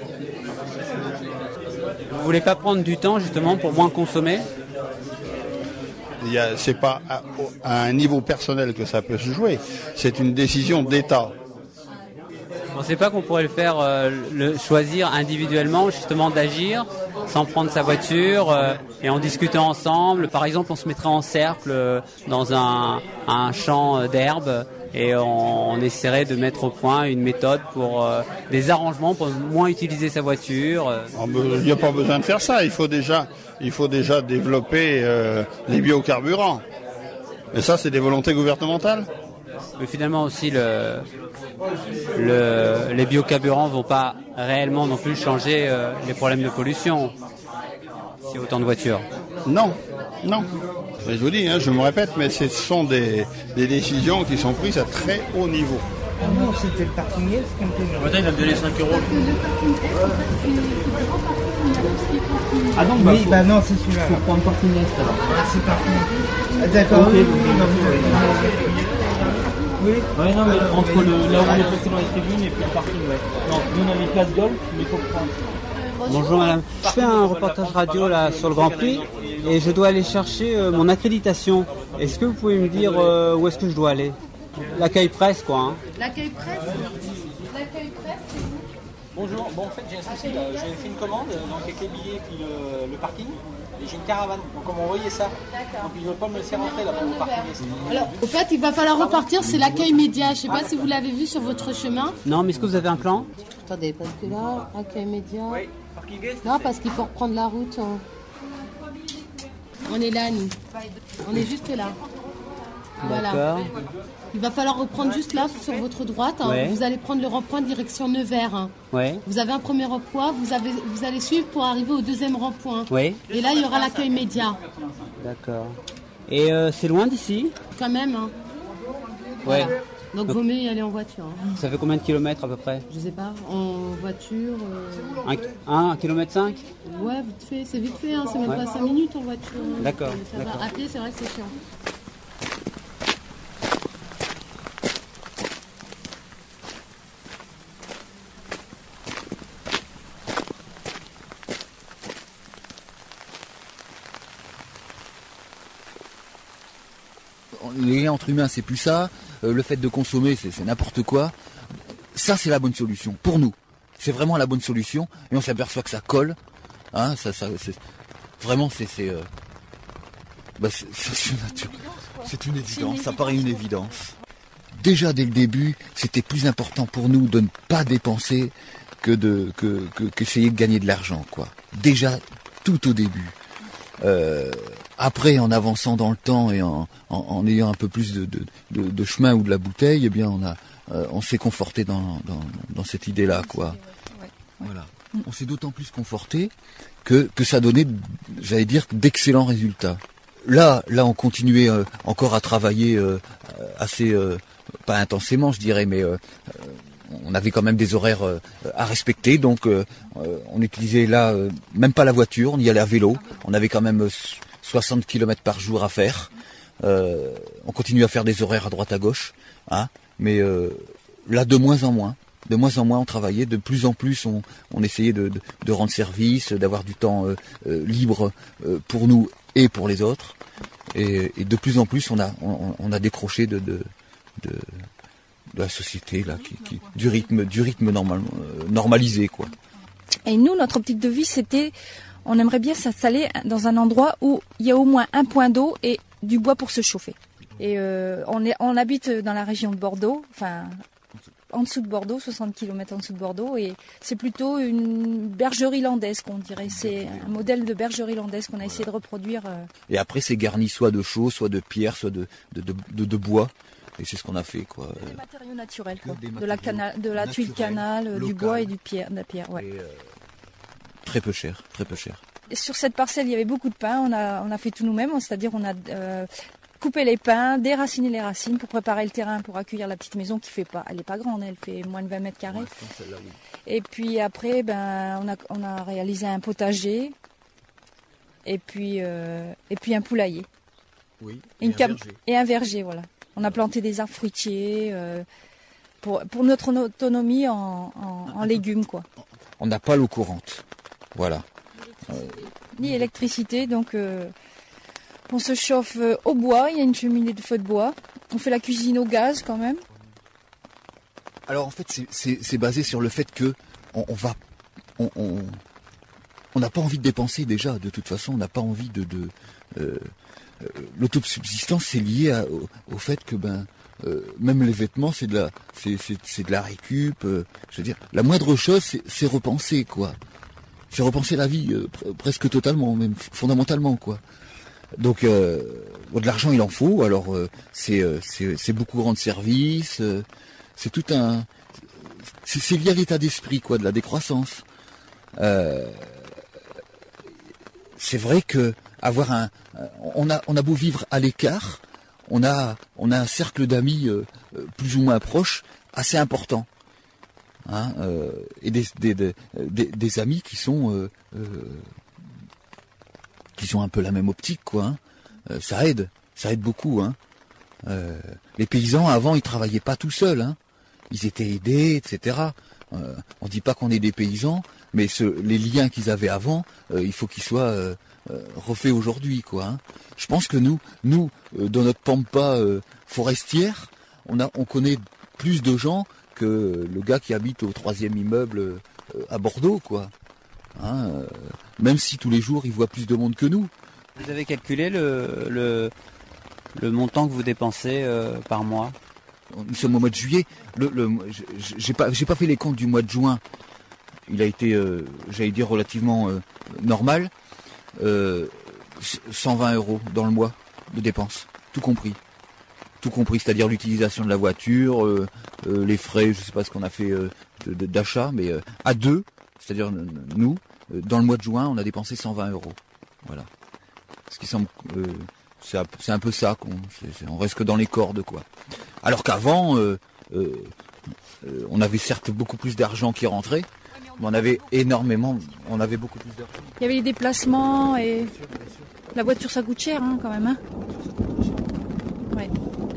Vous voulez pas prendre du temps, justement, pour moins consommer? Il y a, c'est pas à, à un niveau personnel que ça peut se jouer. C'est une décision d'État. Vous ne pensez pas qu'on pourrait le faire, euh, le choisir individuellement, justement, d'agir sans prendre sa voiture euh, et en discutant ensemble? Par exemple, on se mettrait en cercle euh, dans un, un champ d'herbe et on, on essaierait de mettre au point une méthode pour euh, des arrangements pour moins utiliser sa voiture. Euh. Il n'y a pas besoin de faire ça. Il faut déjà, il faut déjà développer euh, les biocarburants. Mais ça, c'est des volontés gouvernementales. Mais finalement aussi, le, le, les biocarburants ne vont pas réellement non plus changer euh, les problèmes de pollution. S'il y a autant de voitures. Non, non. Je vous dis, hein, je me répète, mais ce sont des, des décisions qui sont prises à très haut niveau. Ah non, c'était le parking. Maintenant, il va me donner cinq euros. Ah donc, oui, bah non, c'est celui-là. Il faut prendre parking est alors. Ah, c'est parking. Ah, d'accord. Okay, oui. Ouais, non, mais entre le, là où on est passé dans les tribunes et puis le parking, ouais. Non, nous on a mis place golf, mais il faut prendre. Bonjour madame, je fais un reportage radio là sur le Grand Prix et je dois aller chercher euh, mon accréditation. Est-ce que vous pouvez me dire euh, où est-ce que je dois aller? L'accueil presse quoi. Hein. L'accueil presse L'accueil presse, c'est vous? Bonjour, bon en fait j'ai un souci là, j'ai fait une commande, donc avec les billets et puis le, le parking, et j'ai une caravane, donc on m'a envoyé ça. Donc ils ne veulent pas me laisser rentrer là pour le parking. Alors au fait il va falloir repartir, c'est l'accueil média, je ne sais pas si vous l'avez vu sur votre chemin. Non mais est-ce que vous avez un plan? Attendez, parce que là, accueil média... Oui, parking guest. Non, parce qu'il faut reprendre la route. Hein. On est là, nous. On est juste là. Voilà. D'accord. Il va falloir reprendre juste là, sur votre droite. Hein. Ouais. Vous allez prendre le rond-point direction Nevers. Hein. Ouais. Vous avez un premier rond-point, vous, avez, vous allez suivre pour arriver au deuxième rond-point. Oui. Et là, il y aura l'accueil média. D'accord. Et euh, c'est loin d'ici? Quand même. Hein. Ouais. Voilà. Donc, Donc, vaut mieux y aller en voiture. Hein. ça fait combien de kilomètres à peu près? Je sais pas, en voiture... Euh... Un, un kilomètre cinq? Ouais, vite fait, c'est vite fait, hein. C'est même ouais. pas cinq minutes en voiture. Hein. D'accord. Ça va. À pied, c'est vrai que c'est chiant. Les liens entre humains, c'est plus ça. Euh, le fait de consommer, c'est, c'est n'importe quoi. Ça, c'est la bonne solution pour nous. C'est vraiment la bonne solution. Et on s'aperçoit que ça colle. Hein, ça, ça, c'est, vraiment, c'est, c'est, euh, bah, c'est, c'est, une, c'est une évidence. Ça paraît une évidence. Déjà dès le début, c'était plus important pour nous de ne pas dépenser que de que, que qu'essayer de gagner de l'argent, quoi. Déjà tout au début. Euh, après, en avançant dans le temps et en, en, en ayant un peu plus de, de, de, de chemin ou de la bouteille, eh bien, on a, euh, on s'est conforté dans, dans, dans cette idée-là, quoi. Voilà. On s'est d'autant plus conforté que, que ça donnait, j'allais dire, d'excellents résultats. Là, là, on continuait euh, encore à travailler euh, assez, euh, pas intensément, je dirais, mais euh, on avait quand même des horaires euh, à respecter, donc euh, on utilisait là euh, même pas la voiture, on y allait à vélo. On avait quand même soixante kilomètres par jour à faire. Euh, on continue à faire des horaires à droite à gauche, hein, mais euh, là de moins en moins. De moins en moins on travaillait, de plus en plus on, on essayait de, de, de rendre service, d'avoir du temps euh, euh, libre euh, pour nous et pour les autres. Et, et de plus en plus on a, on, on a décroché de, de, de, de la société là, qui, qui, du rythme, du rythme normal, euh, normalisé quoi. Et nous, notre optique de vie, c'était, on aimerait bien s'installer dans un endroit où il y a au moins un point d'eau et du bois pour se chauffer. Et euh, on, est, on habite dans la région de Bordeaux, enfin en dessous de Bordeaux, soixante kilomètres en dessous de Bordeaux, et c'est plutôt une bergerie landaise qu'on dirait. C'est un modèle de bergerie landaise qu'on a essayé de reproduire. Euh. Et après, c'est garni soit de chaux, soit de pierre, soit de, de, de, de, de bois. Et c'est ce qu'on a fait, quoi. Des matériaux naturels, quoi. De la, cana de la tuile canal, local, du bois et du pierre, de la pierre. Ouais. Et, euh, très peu cher, très peu cher. Et sur cette parcelle, il y avait beaucoup de pins. On a, on a fait tout nous-mêmes, c'est-à-dire on a euh, coupé les pins, déraciné les racines pour préparer le terrain pour accueillir la petite maison qui fait pas, elle est pas grande, elle fait moins de vingt mètres carrés. Ouais, oui. Et puis après, ben, on a, on a réalisé un potager et puis, euh, et puis un poulailler. Oui. Et, et, un, cam- verger. et un verger, voilà. On a planté des arbres fruitiers euh, pour, pour notre autonomie en, en, en légumes, quoi. On n'a pas l'eau courante, voilà. Euh... Ni électricité, donc euh, on se chauffe au bois, il y a une cheminée de feu de bois. On fait la cuisine au gaz quand même. Alors en fait, c'est, c'est, c'est basé sur le fait que on, on va, on, on, on n'a pas envie de dépenser déjà. De toute façon, on n'a pas envie de, de euh, euh, l'autosubsistance, c'est lié à, au, au fait que ben euh, même les vêtements, c'est de la, c'est, c'est, c'est de la récup. Euh, je veux dire, la moindre chose, c'est, c'est repenser quoi. C'est repenser la vie euh, pr- presque totalement, même fondamentalement quoi. Donc euh, bon, de l'argent il en faut. Alors euh, c'est, euh, c'est, c'est beaucoup rendre service. Euh, c'est tout un, c'est, c'est lié à l'état d'esprit quoi, de la décroissance. Euh, c'est vrai que avoir un, on a, on a beau vivre à l'écart, on a, on a un cercle d'amis euh, plus ou moins proche, assez important. Hein, euh, et des, des, des, des, des amis qui sont euh, euh, qui ont un peu la même optique quoi. Hein. Euh, ça aide, ça aide beaucoup. Hein. Euh, les paysans avant ils travaillaient pas tout seuls, hein. Ils étaient aidés, et cetera. Euh, on dit pas qu'on est des paysans, mais ce, les liens qu'ils avaient avant, euh, il faut qu'ils soient euh, euh, refaits aujourd'hui quoi. Hein. Je pense que nous, nous euh, dans notre pampa euh, forestière, on a, on connaît plus de gens que le gars qui habite au troisième immeuble euh, à Bordeaux, quoi. Hein, euh, même si tous les jours il voit plus de monde que nous. Vous avez calculé le, le, le montant que vous dépensez euh, par mois? Nous sommes au mois de juillet. Le, le, j'ai pas, j'ai pas fait les comptes du mois de juin. Il a été, euh, j'allais dire, relativement euh, normal. Euh, cent vingt euros dans le mois de dépenses, tout compris. Tout compris, c'est-à-dire l'utilisation de la voiture, euh, euh, les frais, je sais pas ce qu'on a fait euh, de, de, d'achat, mais euh, à deux, c'est-à-dire nous, euh, dans le mois de juin, on a dépensé cent vingt euros. Voilà. Ce qui semble, euh, c'est, c'est un peu ça, qu'on, c'est, c'est, on reste que dans les cordes, quoi. Alors qu'avant, euh, euh, euh, on avait certes beaucoup plus d'argent qui rentrait, mais on avait énormément, on avait beaucoup plus d'argent. Il y avait les déplacements et la voiture, ça coûte cher, hein, quand même. Hein. Ouais.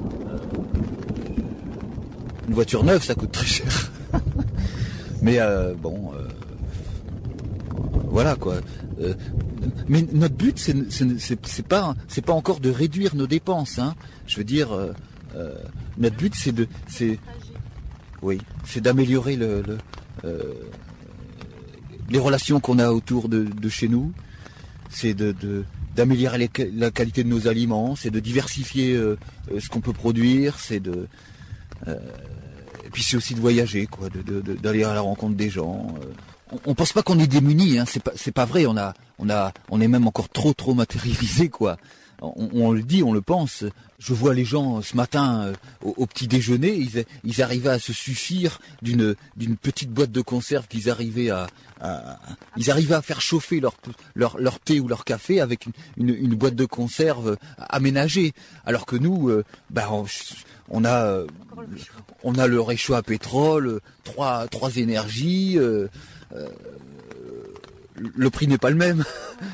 Une voiture neuve, ça coûte très cher. Mais euh, bon, euh, voilà quoi. Euh, mais notre but, c'est, c'est, c'est, c'est pas, c'est pas encore de réduire nos dépenses. Hein. Je veux dire, euh, euh, notre but, c'est de, c'est, oui, c'est d'améliorer le, le, euh, les relations qu'on a autour de, de chez nous. C'est de, de d'améliorer les, la qualité de nos aliments. C'est de diversifier euh, ce qu'on peut produire. C'est de euh, et puis c'est aussi de voyager, quoi, de, de, de, d'aller à la rencontre des gens. On, on pense pas qu'on est démunis, hein, c'est pas, c'est pas vrai. On a, on a, on est même encore trop, trop matérialisé, quoi. On, on le dit, on le pense. Je vois les gens ce matin euh, au, au petit déjeuner, ils, ils arrivaient à se suffire d'une, d'une petite boîte de conserve qu'ils arrivaient à, à, ils arrivaient à faire chauffer leur, leur, leur thé ou leur café avec une, une, une boîte de conserve aménagée. Alors que nous, euh, bah, on, on a, euh, on a le réchaud à pétrole, trois, trois énergies. Euh, euh, le prix n'est pas le même.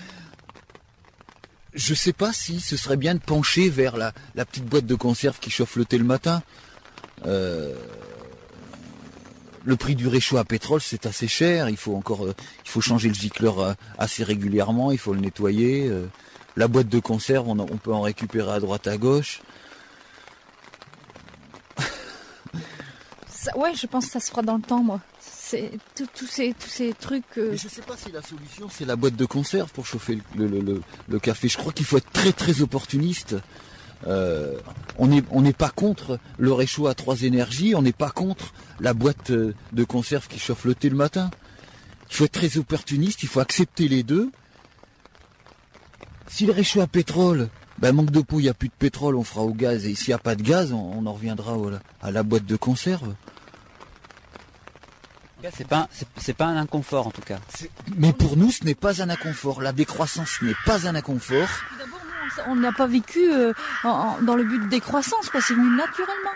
Je sais pas si ce serait bien de pencher vers la, la petite boîte de conserve qui chauffe le thé le matin. Euh, le prix du réchaud à pétrole, c'est assez cher. Il faut encore, euh, il faut changer le gicleur euh, assez régulièrement. Il faut le nettoyer. Euh, la boîte de conserve, on, on peut en récupérer à droite à gauche. Ça, ouais, je pense que ça se fera dans le temps, moi. C'est tous ces, tous ces trucs. Euh... Mais je sais pas si la solution c'est la boîte de conserve pour chauffer le, le, le, le café. Je crois qu'il faut être très très opportuniste. Euh, on n'est on n'est pas contre le réchaud à trois énergies, on n'est pas contre la boîte de conserve qui chauffe le thé le matin. Il faut être très opportuniste, il faut accepter les deux. Si le réchaud à pétrole, ben manque de peau, il n'y a plus de pétrole, on fera au gaz. Et s'il n'y a pas de gaz, on, on en reviendra à la boîte de conserve. C'est pas, c'est, c'est pas un inconfort en tout cas. Mais pour nous, ce n'est pas un inconfort. La décroissance n'est pas un inconfort. D'abord, nous, on n'a pas vécu euh, en, en, dans le but de décroissance, quoi. C'est venu naturellement.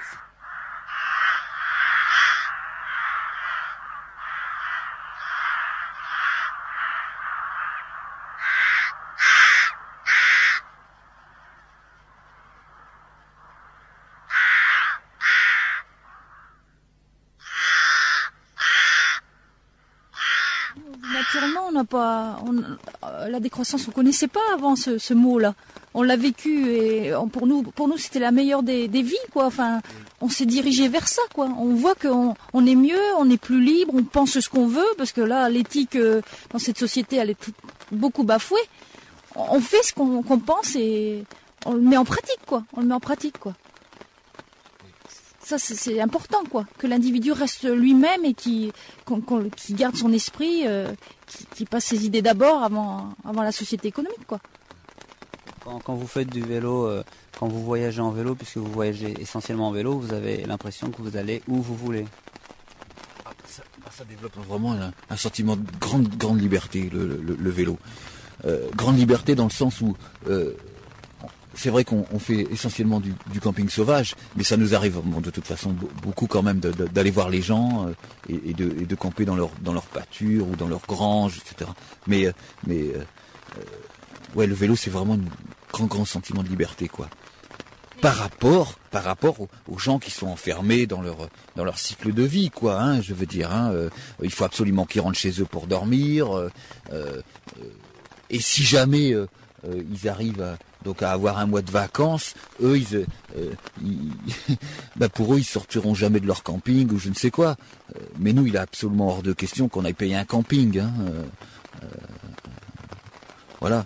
Naturellement, on n'a pas on, la décroissance, on connaissait pas avant ce, ce mot-là. On l'a vécu et on, pour nous, pour nous, c'était la meilleure des, des vies, quoi. Enfin, on s'est dirigé vers ça, quoi. On voit qu'on on est mieux, on est plus libre, on pense ce qu'on veut, parce que là, l'éthique euh, dans cette société, elle est tout, beaucoup bafouée. On, on fait ce qu'on qu'on pense et on le met en pratique, quoi. On le met en pratique, quoi. Ça, c'est important, quoi, que l'individu reste lui-même et qui, qu'on, qu'on, qui garde son esprit, euh, qui, qui passe ses idées d'abord avant, avant la société économique, quoi. Quand, quand vous faites du vélo, euh, quand vous voyagez en vélo, puisque vous voyagez essentiellement en vélo, vous avez l'impression que vous allez où vous voulez. Ah, ça, ça développe vraiment un, un sentiment de grande, grande liberté, le, le, le vélo. Euh, grande liberté dans le sens où... Euh, c'est vrai qu'on on fait essentiellement du, du camping sauvage, mais ça nous arrive bon, de toute façon beaucoup quand même de, de, d'aller voir les gens euh, et, et, de, et de camper dans leur dans leur pâture ou dans leur grange, et cetera. Mais mais euh, ouais, le vélo c'est vraiment un grand grand sentiment de liberté, quoi. Par rapport par rapport aux, aux gens qui sont enfermés dans leur dans leur cycle de vie, quoi. Hein, je veux dire, hein, euh, il faut absolument qu'ils rentrent chez eux pour dormir. Euh, euh, et si jamais euh, euh, ils arrivent à donc à avoir un mois de vacances, eux, ils, euh, ils bah pour eux, ils sortiront jamais de leur camping ou je ne sais quoi. Euh, mais nous, il est absolument hors de question qu'on aille payer un camping. Hein. Euh, euh, voilà.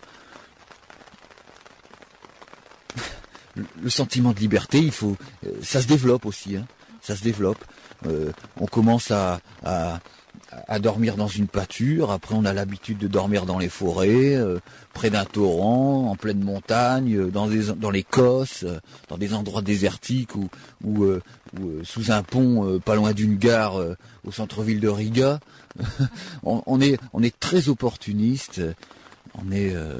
Le, le sentiment de liberté, il faut, euh, ça se développe aussi. Hein. Ça se développe. Euh, on commence à, à à dormir dans une pâture, après on a l'habitude de dormir dans les forêts, euh, près d'un torrent, en pleine montagne, euh, dans, des, dans les cosses, euh, dans des endroits désertiques ou, ou, euh, ou euh, sous un pont euh, pas loin d'une gare euh, au centre-ville de Riga. on, on, est, on est très opportuniste, on est... Euh...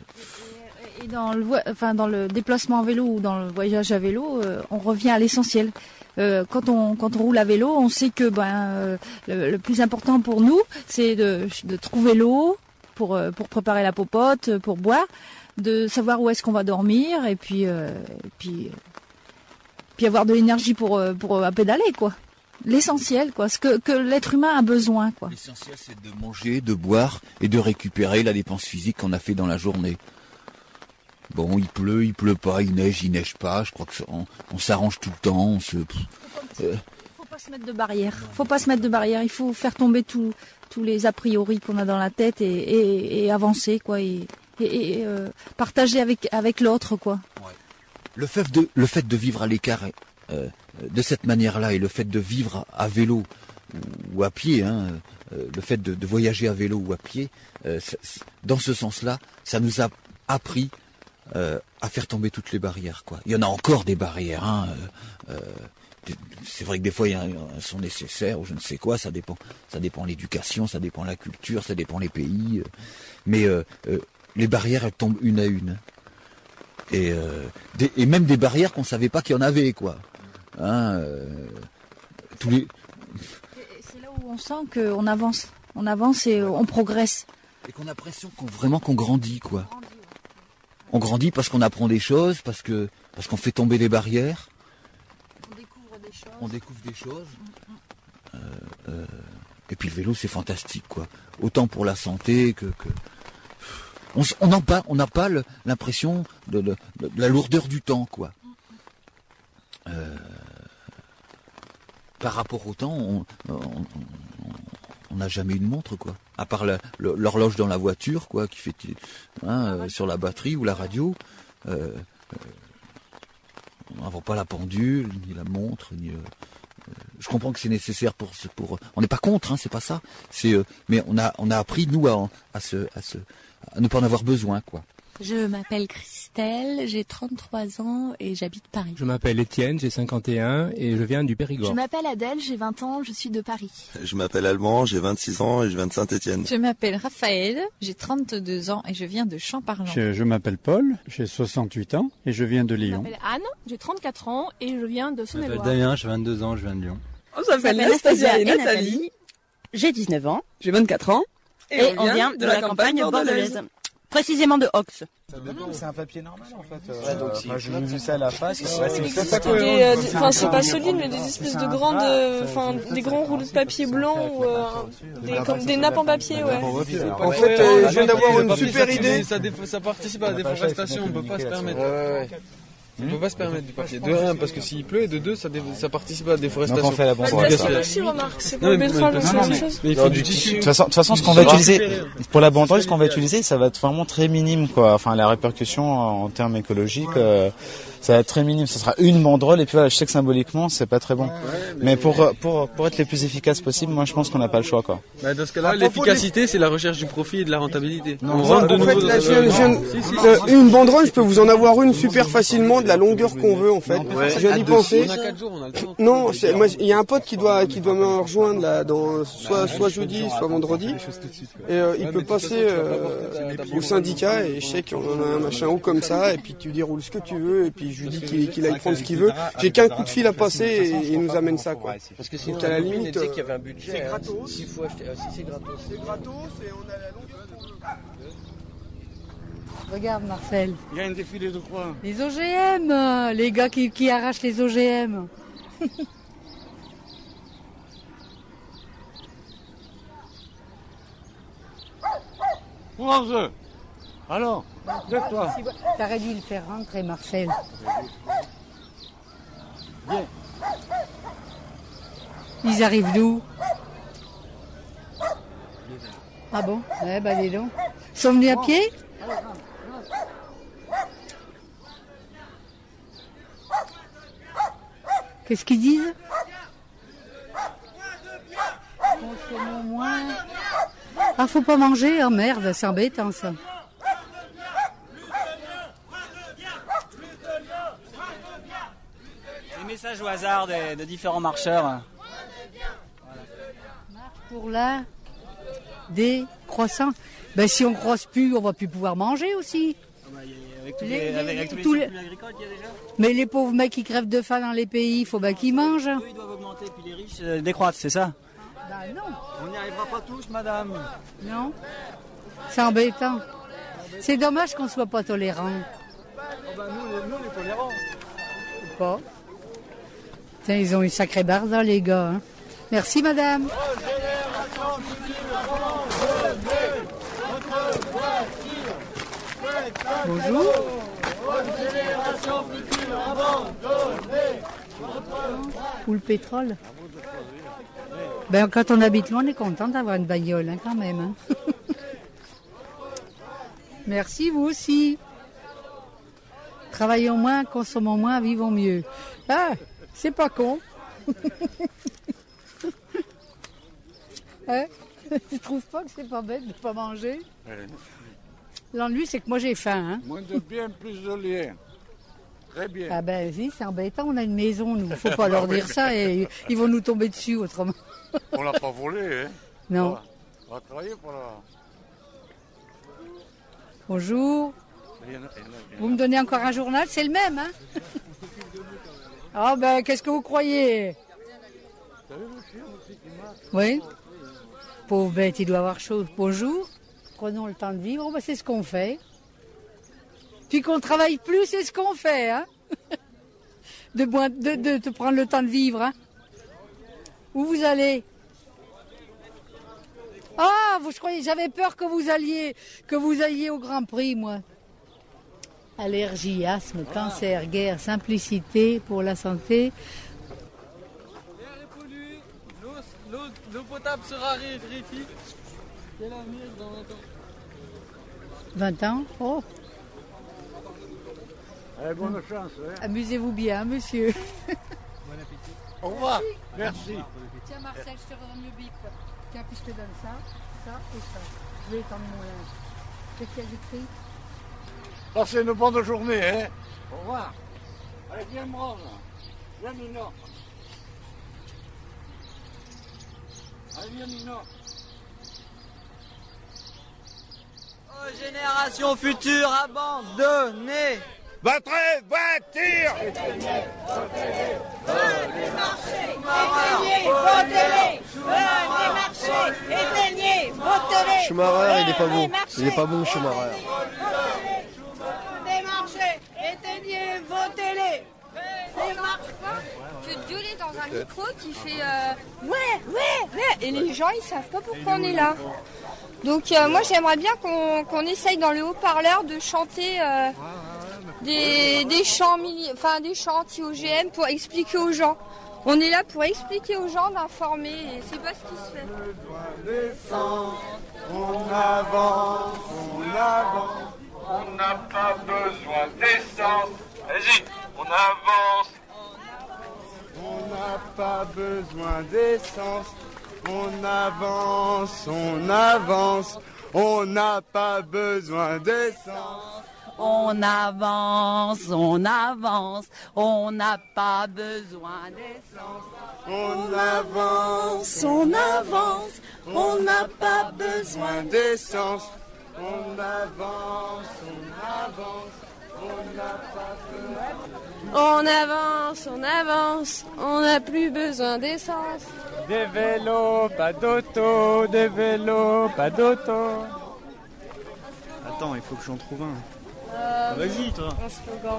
Et dans le, enfin, dans le déplacement à vélo ou dans le voyage à vélo, euh, on revient à l'essentiel. Euh, quand on quand on roule à vélo, on sait que ben euh, le, le plus important pour nous, c'est de, de trouver l'eau pour euh, pour préparer la popote, pour boire, de savoir où est-ce qu'on va dormir et puis euh, et puis euh, puis avoir de l'énergie pour euh, pour euh, pédaler, quoi. L'essentiel, quoi, ce que que l'être humain a besoin, quoi. L'essentiel, c'est de manger, de boire et de récupérer la dépense physique qu'on a fait dans la journée. Bon, il pleut, il pleut pas, il neige, il neige pas. Je crois que on, on s'arrange tout le temps. On se. Euh... Faut pas se mettre de barrière. Faut pas se mettre de barrière. Il faut faire tomber tous tous les a priori qu'on a dans la tête et, et, et avancer, quoi, et, et, et euh, partager avec avec l'autre, quoi. Ouais. Le fait de le fait de vivre à l'écart euh, de cette manière-là et le fait de vivre à vélo ou, ou à pied, hein, euh, le fait de, de voyager à vélo ou à pied, euh, dans ce sens-là, ça nous a appris Euh, à faire tomber toutes les barrières, quoi. Il y en a encore des barrières, hein. Euh, euh, c'est vrai que des fois, elles sont nécessaires ou je ne sais quoi. Ça dépend, ça dépend l'éducation, ça dépend la culture, ça dépend les pays. Euh, mais euh, euh, les barrières, elles tombent une à une. Et, euh, des, et même des barrières qu'on savait pas qu'il y en avait, quoi. Hein, euh, tous les. C'est là où on sent qu'on avance, on avance et on progresse. Et qu'on a l'impression qu'on vraiment qu'on grandit, quoi. On grandit parce qu'on apprend des choses, parce que parce qu'on fait tomber des barrières. On découvre des choses. On découvre des choses. Euh, euh, et puis le vélo, c'est fantastique, quoi. Autant pour la santé que... que... On on n'a pas, on n'a pas le, l'impression de, de, de la lourdeur du temps, quoi. Euh... par rapport au temps, on on n'a jamais eu de montre, quoi. À part la, le, l'horloge dans la voiture, quoi, qui fait hein, euh, sur la batterie ou la radio. Euh, euh, on n'avons pas la pendule, ni la montre, ni. Euh, euh, je comprends que c'est nécessaire pour pour. On n'est pas contre, hein, c'est pas ça. C'est euh, mais on a on a appris nous à à se à se à ne pas en avoir besoin, quoi. Je m'appelle Christelle, j'ai trente-trois ans et j'habite Paris. Je m'appelle Étienne, j'ai cinquante et un et je viens du Périgord. Je m'appelle Adèle, j'ai vingt ans, je suis de Paris. Je m'appelle Alban, j'ai vingt-six ans et je viens de Saint-Étienne. Je m'appelle Raphaël, j'ai trente-deux ans et je viens de Champarlan. Je, je m'appelle Paul, j'ai soixante-huit ans et je viens de Lyon. Je m'appelle Anne, j'ai trente-quatre ans et je viens de Saône-et-Loire. Je m'appelle Damien, j'ai vingt-deux ans, je viens de Lyon. On s'appelle Anastasia et Nathalie, j'ai dix-neuf ans, j'ai vingt-quatre ans et, et on, vient de, de la, la campagne bordelaise. bordelaise. Précisément de Ox. C'est un papier normal en fait. Ouais, donc, enfin, j'ai vu ça à la face. Ouais, c'est c'est pas, euh, enfin, c'est pas solide, mais des espèces de grandes, enfin, des grands rouleaux de papier blanc ou euh, des, comme des nappes en papier, ouais. En fait, euh, je viens d'avoir une super idée. Ça, ça participe à la déforestation, on peut pas se permettre. On peut pas se permettre du papier. De un, parce que s'il pleut, et de deux, ça, dé... ça participe à la déforestation. Donc on fait la bonne banderole aussi, remarque. C'est pas betterave, c'est la même chose. Mais il faut du tissu. De toute façon, de toute façon, ce qu'on va utiliser, pour la banderole, ce qu'on va utiliser, ça va être vraiment très minime, quoi. Enfin, la répercussion en termes écologiques, euh, ça va être très minime. Ce sera une banderole, et puis voilà, je sais que symboliquement, c'est pas très bon. Ouais, mais, mais pour, pour, pour être les plus efficaces possible, moi, je pense qu'on n'a pas le choix, quoi. Bah, dans ce cas-là, l'efficacité, c'est la recherche du profit et de la rentabilité. Non, on rentre de nouveau dans le... Une banderole, je peux vous en avoir une super facilement, de la longueur qu'on veut, en fait. Ouais. Je viens d'y penser. On a quatre jours, on a le temps. Non, moi, il y a un pote qui doit, qui doit me rejoindre là, dans soit, soit jeudi, soit vendredi. Et euh, il peut passer euh, au syndicat et je sais qu'on en a un machin haut comme ça. Et puis tu déroules ce que tu veux. Et puis je lui dis qu'il, qu'il aille prendre ce qu'il veut. J'ai qu'un coup de fil à passer et il nous amène ça, quoi. Parce que sinon, à la limite, tu sais qu'il y avait un budget. C'est gratos. S'il faut acheter, si c'est gratos, c'est gratos et on a la longueur qu'on veut. Regarde Marcel. Il y a un défilé de quoi? Les O G M, les gars qui, qui arrachent les O G M. Onze. Alors, lève-toi. T'aurais dû le faire rentrer, Marcel. Viens. Ils arrivent d'où? Ah bon? Eh ben dis donc. Ils sont venus à pied? Qu'est-ce qu'ils disent? Consommons moins. Ah, faut pas manger? Oh merde, c'est embêtant ça. Des messages au hasard de, de différents marcheurs. Voilà. Marche pour la décroissance. Ben si on croise plus, on va plus pouvoir manger aussi. Avec tous les, les, avec, avec tous les, tous les... agricoles qu'il y a déjà. Mais les pauvres mecs qui crèvent de faim dans les pays, il faut bien qu'ils mangent. Eux, ils doivent augmenter, puis les riches euh, décroître, c'est ça? Bah non. On n'y arrivera pas tous, madame. Non. C'est embêtant. C'est dommage qu'on ne soit pas tolérant. Oh bah nous, nous, on est tolérants. Pas. Tiens, ils ont une sacrée barre dans les gars. Hein. Merci, madame. Bonjour. Ou le pétrole. Ben, quand on habite loin, on est content d'avoir une bagnole, hein, quand même. Hein. Merci, vous aussi. Travaillons moins, consommons moins, vivons mieux. Ah, c'est pas con. Hein? Tu trouves pas que c'est pas bête de ne pas manger? L'ennui, c'est que moi j'ai faim. Hein? Moins de bien, plus de lien. Très bien. Ah ben si, c'est embêtant, on a une maison, nous. Faut pas leur dire ça et ils vont nous tomber dessus autrement. On l'a pas volé, hein? Non. On va travailler pour la... Bonjour. Vous me donnez encore un journal, c'est le même, hein? Ah ben, qu'est-ce que vous croyez? Oui. Pauvre bête, il doit avoir chaud. Bonjour. Prenons le temps de vivre, ben, c'est ce qu'on fait. Puis qu'on travaille plus, c'est ce qu'on fait, hein? de, de, de, de prendre le temps de vivre, hein? Où vous allez? Ah, vous, je croyais, j'avais peur que vous alliez, que vous alliez au Grand Prix, moi. Allergie, asthme, cancer, guerre, simplicité pour la santé. L'eau potable sera réifiée. Quel avenir dans vingt ans? vingt ans? Oh. Allez, bonne chance. Hein. Amusez-vous bien, monsieur. Bon appétit. Au revoir. Merci. Tiens, Marcel, je te redonne le bip. Tiens, puis je te donne ça, ça et ça. Je vais étendre mon linge. Qu'est-ce qu'il y a d'écrit? Passez une bonne journée, hein. Au revoir. Allez, viens me rendre. Viens, Mino. Allez, viens, Mino. Aux générations futures, abandonnées. Votre voiture. Éteignez, votez-les. Venez marcher, éteignez, votez-les. Venez marcher, éteignez, votez-les. Schumacher, il est pas bon. Il est pas bon, Schumacher. Venez marcher, éteignez, votez-les. Ça marche pas que de gueuler dans un micro qui fait euh, ouais, ouais, ouais, et les gens ils savent pas pourquoi on est là. Donc euh, moi j'aimerais bien qu'on qu'on essaye dans le haut-parleur de chanter euh, des, des chants mili- enfin des chants anti-O G M pour expliquer aux gens. On est là pour expliquer aux gens, d'informer, et c'est pas ce qui se fait. On avance, on avance, on n'a pas besoin d'essence. Vas-y, on avance. On n'a pas besoin d'essence. On avance, on avance, on n'a pas besoin d'essence. On avance, on avance, on n'a pas besoin d'essence. On avance, on avance, on n'a pas besoin d'essence. On avance, on avance, on n'a pas besoin. On avance, on avance, on n'a plus besoin d'essence. Des vélos, pas d'auto, des vélos, pas d'auto. Attends, il faut que j'en trouve un. Euh, Vas-y, toi. Un slogan.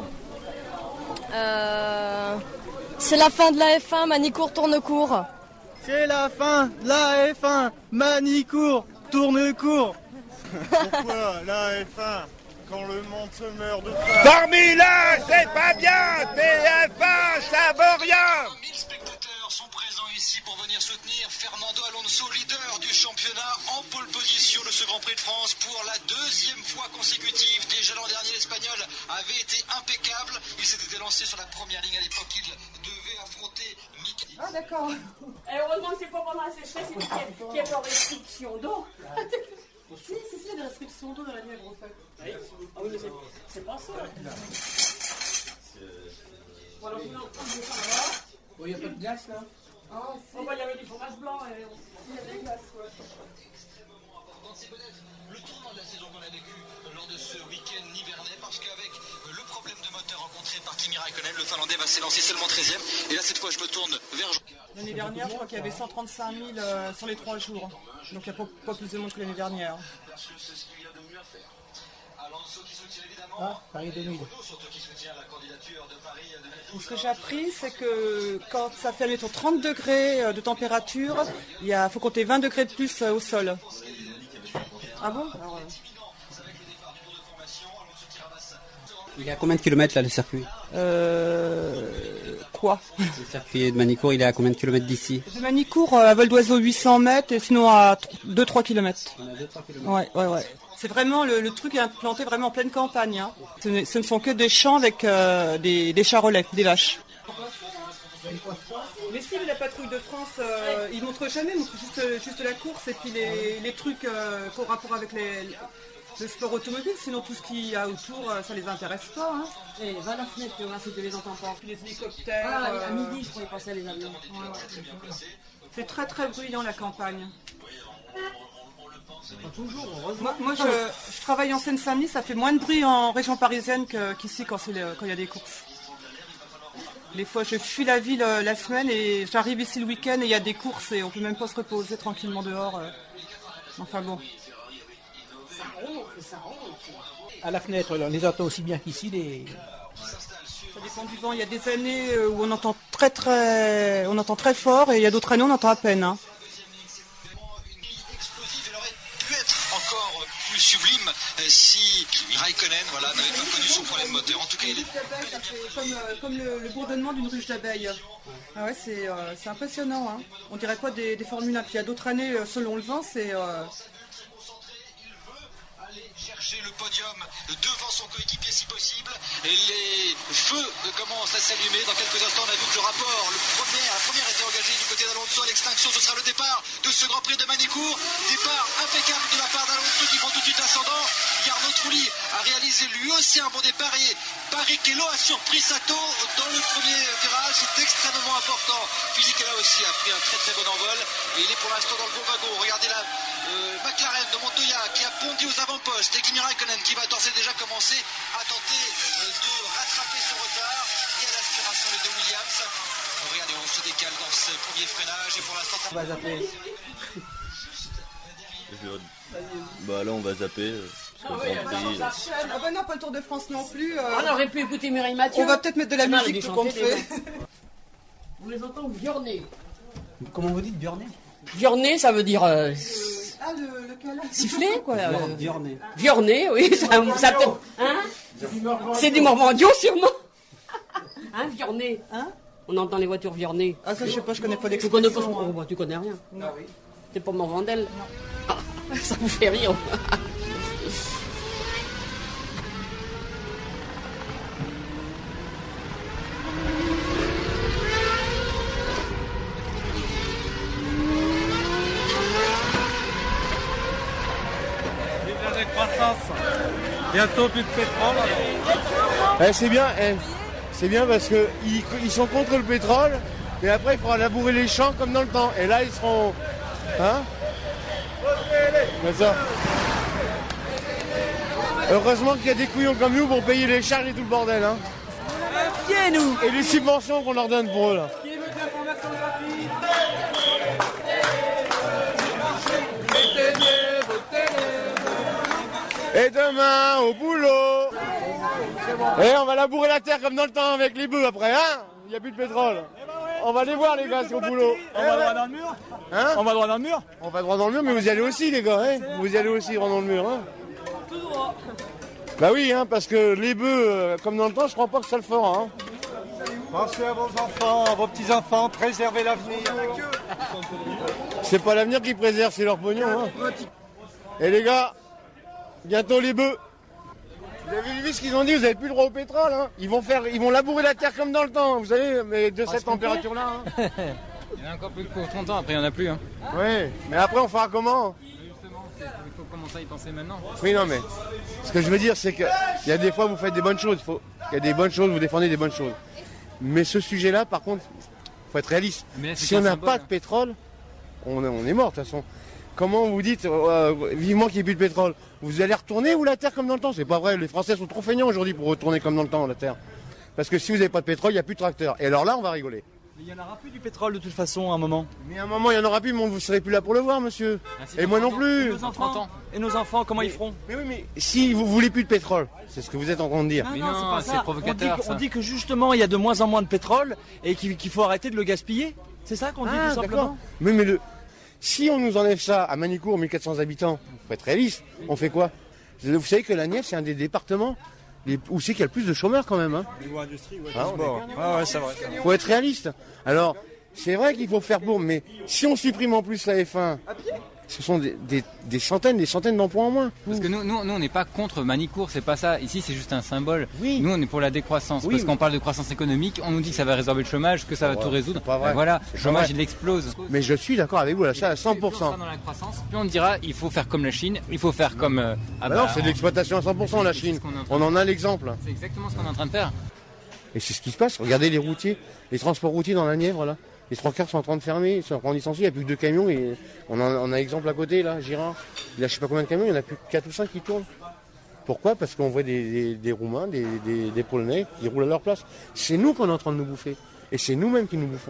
Euh, c'est la fin de la F un, Manicourt tourne court. C'est la fin de la F un, Manicourt tourne court. Pourquoi la F un quand le monde se meurt de faim? Formule, c'est pas bien. T F un, ça vaut rien. mille spectateurs sont présents ici pour venir soutenir Fernando Alonso, leader du championnat, en pole position de ce Grand Prix de France pour la deuxième fois consécutive. Déjà l'an dernier, l'Espagnol avait été impeccable. Il s'était lancé sur la première ligne à l'époque. Il devait affronter Mick. Ah d'accord. Et heureusement que c'est pas pendant la sécheresse qu'il n'y a pas de restriction d'eau. Si, si, si, il y a des restrictions d'eau dans la Nièvre, en fait. Oui. Ah oui, mais c'est, c'est pas ça. Bon, alors, sinon, on descend là-bas. Bon, il n'y a pas de glace, là? Ah, si. Oh, bah, il y avait du fromage blanc et il y a des glaces, ouais. Le tournant de la saison qu'on a vécu lors de ce week-end nivernais, parce qu'avec le problème de moteur rencontré par Kimi Raikkonen, le Finlandais va s'élancer seulement treizième. Et là, cette fois, je me tourne vers... L'année dernière, je crois qu'il y avait cent trente-cinq mille euh, sur les trois jours. Donc il n'y a pas, pas plus de monde que l'année dernière. Ah, Paris deux mille. Ce que j'ai appris, c'est que quand ça fait admettons, trente degrés de température, il y a, faut compter vingt degrés de plus au sol. Ah bon? Alors, euh... Il est à combien de kilomètres là le circuit? Euh... Quoi? Le circuit de Manicourt, il est à combien de kilomètres d'ici? De Manicourt à vol d'oiseau huit cents mètres et sinon à deux à trois kilomètres. Ouais, ouais, ouais. C'est vraiment, le, le truc est implanté vraiment en pleine campagne. Hein. Ce, ne, ce ne sont que des champs avec euh, des, des charolais, des vaches. Mais si, la patrouille de France, euh, ils montrent jamais, ils montrent juste, juste la course et puis les, les trucs euh, pour rapport avec les... le sport automobile, sinon tout ce qu'il y a autour, ça les intéresse pas. Hein. Et va à la fenêtre, tu vois, si tu les entends pas. Les hélicoptères. Ah, euh... à midi, je pourrais passer à les avions. Ouais, ouais. C'est très très bruyant la campagne. Toujours, heureusement. Moi, moi je, je travaille en Seine-Saint-Denis, ça fait moins de bruit en région parisienne que, qu'ici quand il quand y a des courses. Les fois, je fuis la ville euh, la semaine et j'arrive ici le week-end et il y a des courses et on peut même pas se reposer tranquillement dehors. Euh. Enfin bon. À la fenêtre, là, on les entend aussi bien qu'ici. Les... Ça dépend du vent. Il y a des années où on entend très très, on entend très fort et il y a d'autres années où on entend à peine. Hein. Encore plus sublime si Raikkonen voilà, n'avait pas connu son problème moteur. En tout cas, il est... Comme, euh, comme le, le bourdonnement d'une ruche d'abeilles. Ah ouais, c'est euh, c'est impressionnant. Hein. On dirait pas des, des Formule un. Puis il y a d'autres années, euh, selon le vent, c'est... Euh... chercher le podium devant son coéquipier si possible. Et les feux commencent à s'allumer. Dans quelques instants, on a vu que le rapport, le premier, la première était engagée du côté d'Alonso à l'extinction. Ce sera le départ de ce Grand Prix de Manicourt. Départ impeccable de la part d'Alonso qui prend tout de suite ascendant. Arnaud Trulli a réalisé lui aussi un bon départ et Barrichello a surpris Sato dans le premier virage. C'est extrêmement important. Fisichella aussi a pris un très très bon envol et il est pour l'instant dans le bon wagon. Regardez là, euh, McLaren de Montoya qui a bondi aux avant-postes et Kimi Raikkonen qui va d'ores et déjà commencer à tenter euh, de rattraper son retard. Et à l'aspiration les deux Williams. Regardez, on se décale dans ce premier freinage et pour l'instant ça va zapper. Bah là on va zapper. Ah, ouais, ah bah non, pas le Tour de France non plus. Euh... On aurait pu écouter Mireille Mathieu. On va peut-être mettre de la musique tout compte fait. Vous les entendez viorner. Comment vous dites viorner? Viorner, ça veut dire euh, ah, le, lequel siffler quoi. Euh... Viorner. Viorner, oui, ça, ça te... hein c'est du Morvandion sûrement. Hein, viorner, hein? On entend les voitures viorner. Ah ça je sais pas, je connais pas l'expression. Tu connais pas, oh, bah, tu connais rien. Non. Oui. T'es pas Morvandel. Ah, ça vous fait rire. Bientôt plus de pétrole. Eh, c'est bien, eh, c'est bien parce que ils, ils sont contre le pétrole, et après il faudra labourer les champs comme dans le temps. Et là ils seront, hein, comme ça. Heureusement qu'il y a des couillons comme nous pour payer les charges et tout le bordel, hein. Viens nous. Et les subventions qu'on leur donne pour eux là. Qui veut de l'information gratuite? Et demain, au boulot. Et on va labourer la terre comme dans le temps avec les bœufs après, hein. Il n'y a plus de pétrole. On va les voir les gars, c'est au boulot. On va droit dans le mur. Hein? On va droit dans le mur. On va droit dans le mur, mais vous y allez aussi les gars, hein. Vous y allez aussi droit dans le mur, hein. Tout droit. Bah oui, hein, parce que les bœufs, euh, comme dans le temps, je crois pas que ça le fera, hein. Pensez à vos enfants, à vos petits-enfants, préservez l'avenir. C'est pas l'avenir qui préserve, c'est leur pognon, hein. Et les gars, bientôt les bœufs. Vous avez vu ce qu'ils ont dit, vous n'avez plus le droit au pétrole, hein. Ils vont faire, ils vont labourer la terre comme dans le temps, vous savez, mais de cette température-là. Hein. Il y en a encore plus pour trente ans, après il n'y en a plus. Hein. Oui, mais après on fera comment? Justement, il faut commencer à y penser maintenant. Oui, non, mais ce que je veux dire, c'est qu'il y a des fois vous faites des bonnes choses, il faut... y a des bonnes choses, vous défendez des bonnes choses. Mais ce sujet-là, par contre, il faut être réaliste. Mais là, si on n'a pas de pétrole, on, on est mort de toute façon. Comment vous dites euh, vivement qu'il n'y ait plus de pétrole? Vous allez retourner ou la terre comme dans le temps? C'est pas vrai, les Français sont trop feignants aujourd'hui pour retourner comme dans le temps la terre. Parce que si vous n'avez pas de pétrole, il n'y a plus de tracteurs. Et alors là, on va rigoler. Mais il n'y en aura plus du pétrole de toute façon à un moment. Mais à un moment, il n'y en aura plus, mais vous ne serez plus là pour le voir, monsieur. Merci. Et moi non plus. Et nos enfants, et nos enfants comment mais, ils feront? Mais oui, mais si vous voulez plus de pétrole, c'est ce que vous êtes en train de dire. Non, mais non, non, c'est c'est On provocateur. dit, que, ça. on dit que justement, il y a de moins en moins de pétrole et qu'il qu'il faut arrêter de le gaspiller. C'est ça qu'on dit Ah, tout simplement. Mais, mais le... si on nous enlève ça à Manicourt, mille quatre cents habitants, faut être réaliste, on fait quoi? Vous savez que la Nièvre, c'est un des départements les... où c'est qu'il y a le plus de chômeurs quand même. Hein. Niveau industrie, ouais. Ah, ah ouais, c'est vrai. Faut être réaliste. Alors, c'est vrai qu'il faut faire pour, mais si on supprime en plus la F un, ce sont des, des, des centaines, des centaines d'emplois en moins. Parce que nous, nous, nous on n'est pas contre Manicourt, c'est pas ça. Ici, c'est juste un symbole. Oui. Nous, on est pour la décroissance. Oui, parce mais... qu'on parle de croissance économique, on nous dit que ça va résorber le chômage, que ça va ouais, tout résoudre. Pas vrai. Ben voilà, le chômage, vrai. il explose. Mais je suis d'accord avec vous, là, ça à cent pour cent. Plus on sera dans la croissance, plus on dira, il faut faire comme la Chine, il faut faire comme... Euh, ah bah, bah non, c'est de l'exploitation à cent pour cent la Chine. On en a l'exemple. C'est exactement ce qu'on est en train de faire. Et c'est ce qui se passe. Regardez les routiers, les transports routiers dans la Nièvre, là. Les trois quarts sont en train de fermer, ils sont en train de licencier, il n'y a plus que deux camions. Et on, a, on a exemple à côté, là, Girard. Il y a je sais pas combien de camions, il n'y en a plus que quatre ou cinq qui tournent. Pourquoi? Parce qu'on voit des, des, des Roumains, des, des, des Polonais qui roulent à leur place. C'est nous qu'on est en train de nous bouffer. Et c'est nous-mêmes qui nous bouffons.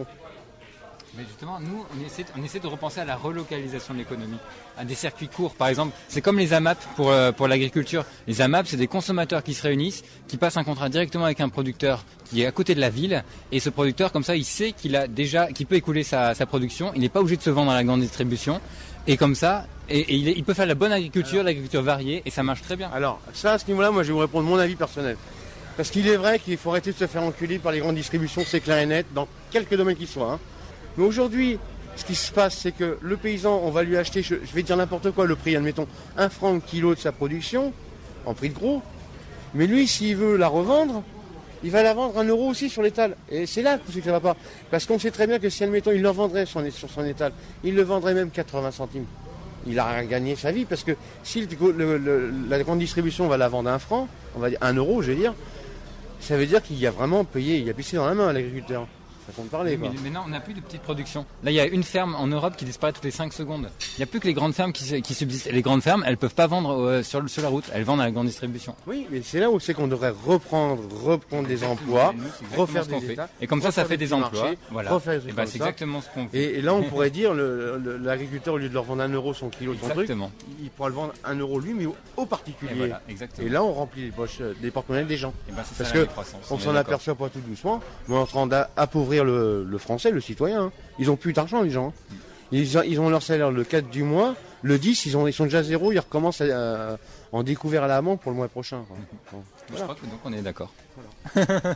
Mais justement, nous, on essaie, on essaie de repenser à la relocalisation de l'économie, à des circuits courts. Par exemple, c'est comme les A M A P pour, euh, pour l'agriculture. Les A M A P, c'est des consommateurs qui se réunissent, qui passent un contrat directement avec un producteur qui est à côté de la ville. Et ce producteur, comme ça, il sait qu'il a déjà, qu'il peut écouler sa, sa production. Il n'est pas obligé de se vendre à la grande distribution. Et comme ça, et, et il, est, il peut faire la bonne agriculture, l'agriculture variée, et ça marche très bien. Alors, ça, à ce niveau-là, moi, je vais vous répondre mon avis personnel. Parce qu'il est vrai qu'il faut arrêter de se faire enculer par les grandes distributions, c'est clair et net, dans quelques domaines qu'ils soient. Hein. Mais aujourd'hui, ce qui se passe, c'est que le paysan, on va lui acheter, je, je vais dire n'importe quoi, le prix, admettons, un franc le kilo de sa production, en prix de gros. Mais lui, s'il veut la revendre, il va la vendre un euro aussi sur l'étal. Et c'est là que ça ne va pas. Parce qu'on sait très bien que si, admettons, il le vendrait sur, sur son étal, il le vendrait même quatre-vingts centimes. Il a gagné sa vie, parce que si le, le, le, la grande distribution va la vendre à un franc, on va dire un euro, je vais dire, ça veut dire qu'il y a vraiment payé, il y a pissé dans la main à l'agriculteur. Façon de parler, quoi. Mais, mais non, on n'a plus de petite production. Là, il y a une ferme en Europe qui disparaît toutes les cinq secondes. Il n'y a plus que les grandes fermes qui, qui subsistent. Et les grandes fermes, elles ne peuvent pas vendre euh, sur, sur la route. Elles vendent à la grande distribution. Oui, mais c'est là où c'est qu'on devrait reprendre, reprendre des emplois, nous, refaire des états. Et comme ça, ça fait des emplois. Marchés, voilà. Refaire et bah, c'est exactement ce qu'on fait. Et, et là, on pourrait dire, le, le, l'agriculteur, au lieu de leur vendre un euro son kilo de son truc, il pourra le vendre un euro lui, mais aux particuliers. Et, voilà, et là, on remplit les poches, des porte-monnaies des gens. Ben, parce que on s'en aperçoit pas tout doucement, mais on est en train d'appauvrir le, le français. Le citoyen, hein. Ils ont plus d'argent, les gens. Ils ont, ils ont leur salaire le quatre du mois, le dix, ils, ont, ils sont déjà zéro, ils recommencent à, à, en découvert à l'amont pour le mois prochain. Quoi. Bon, voilà. Je crois que donc on est d'accord. Voilà. Voilà.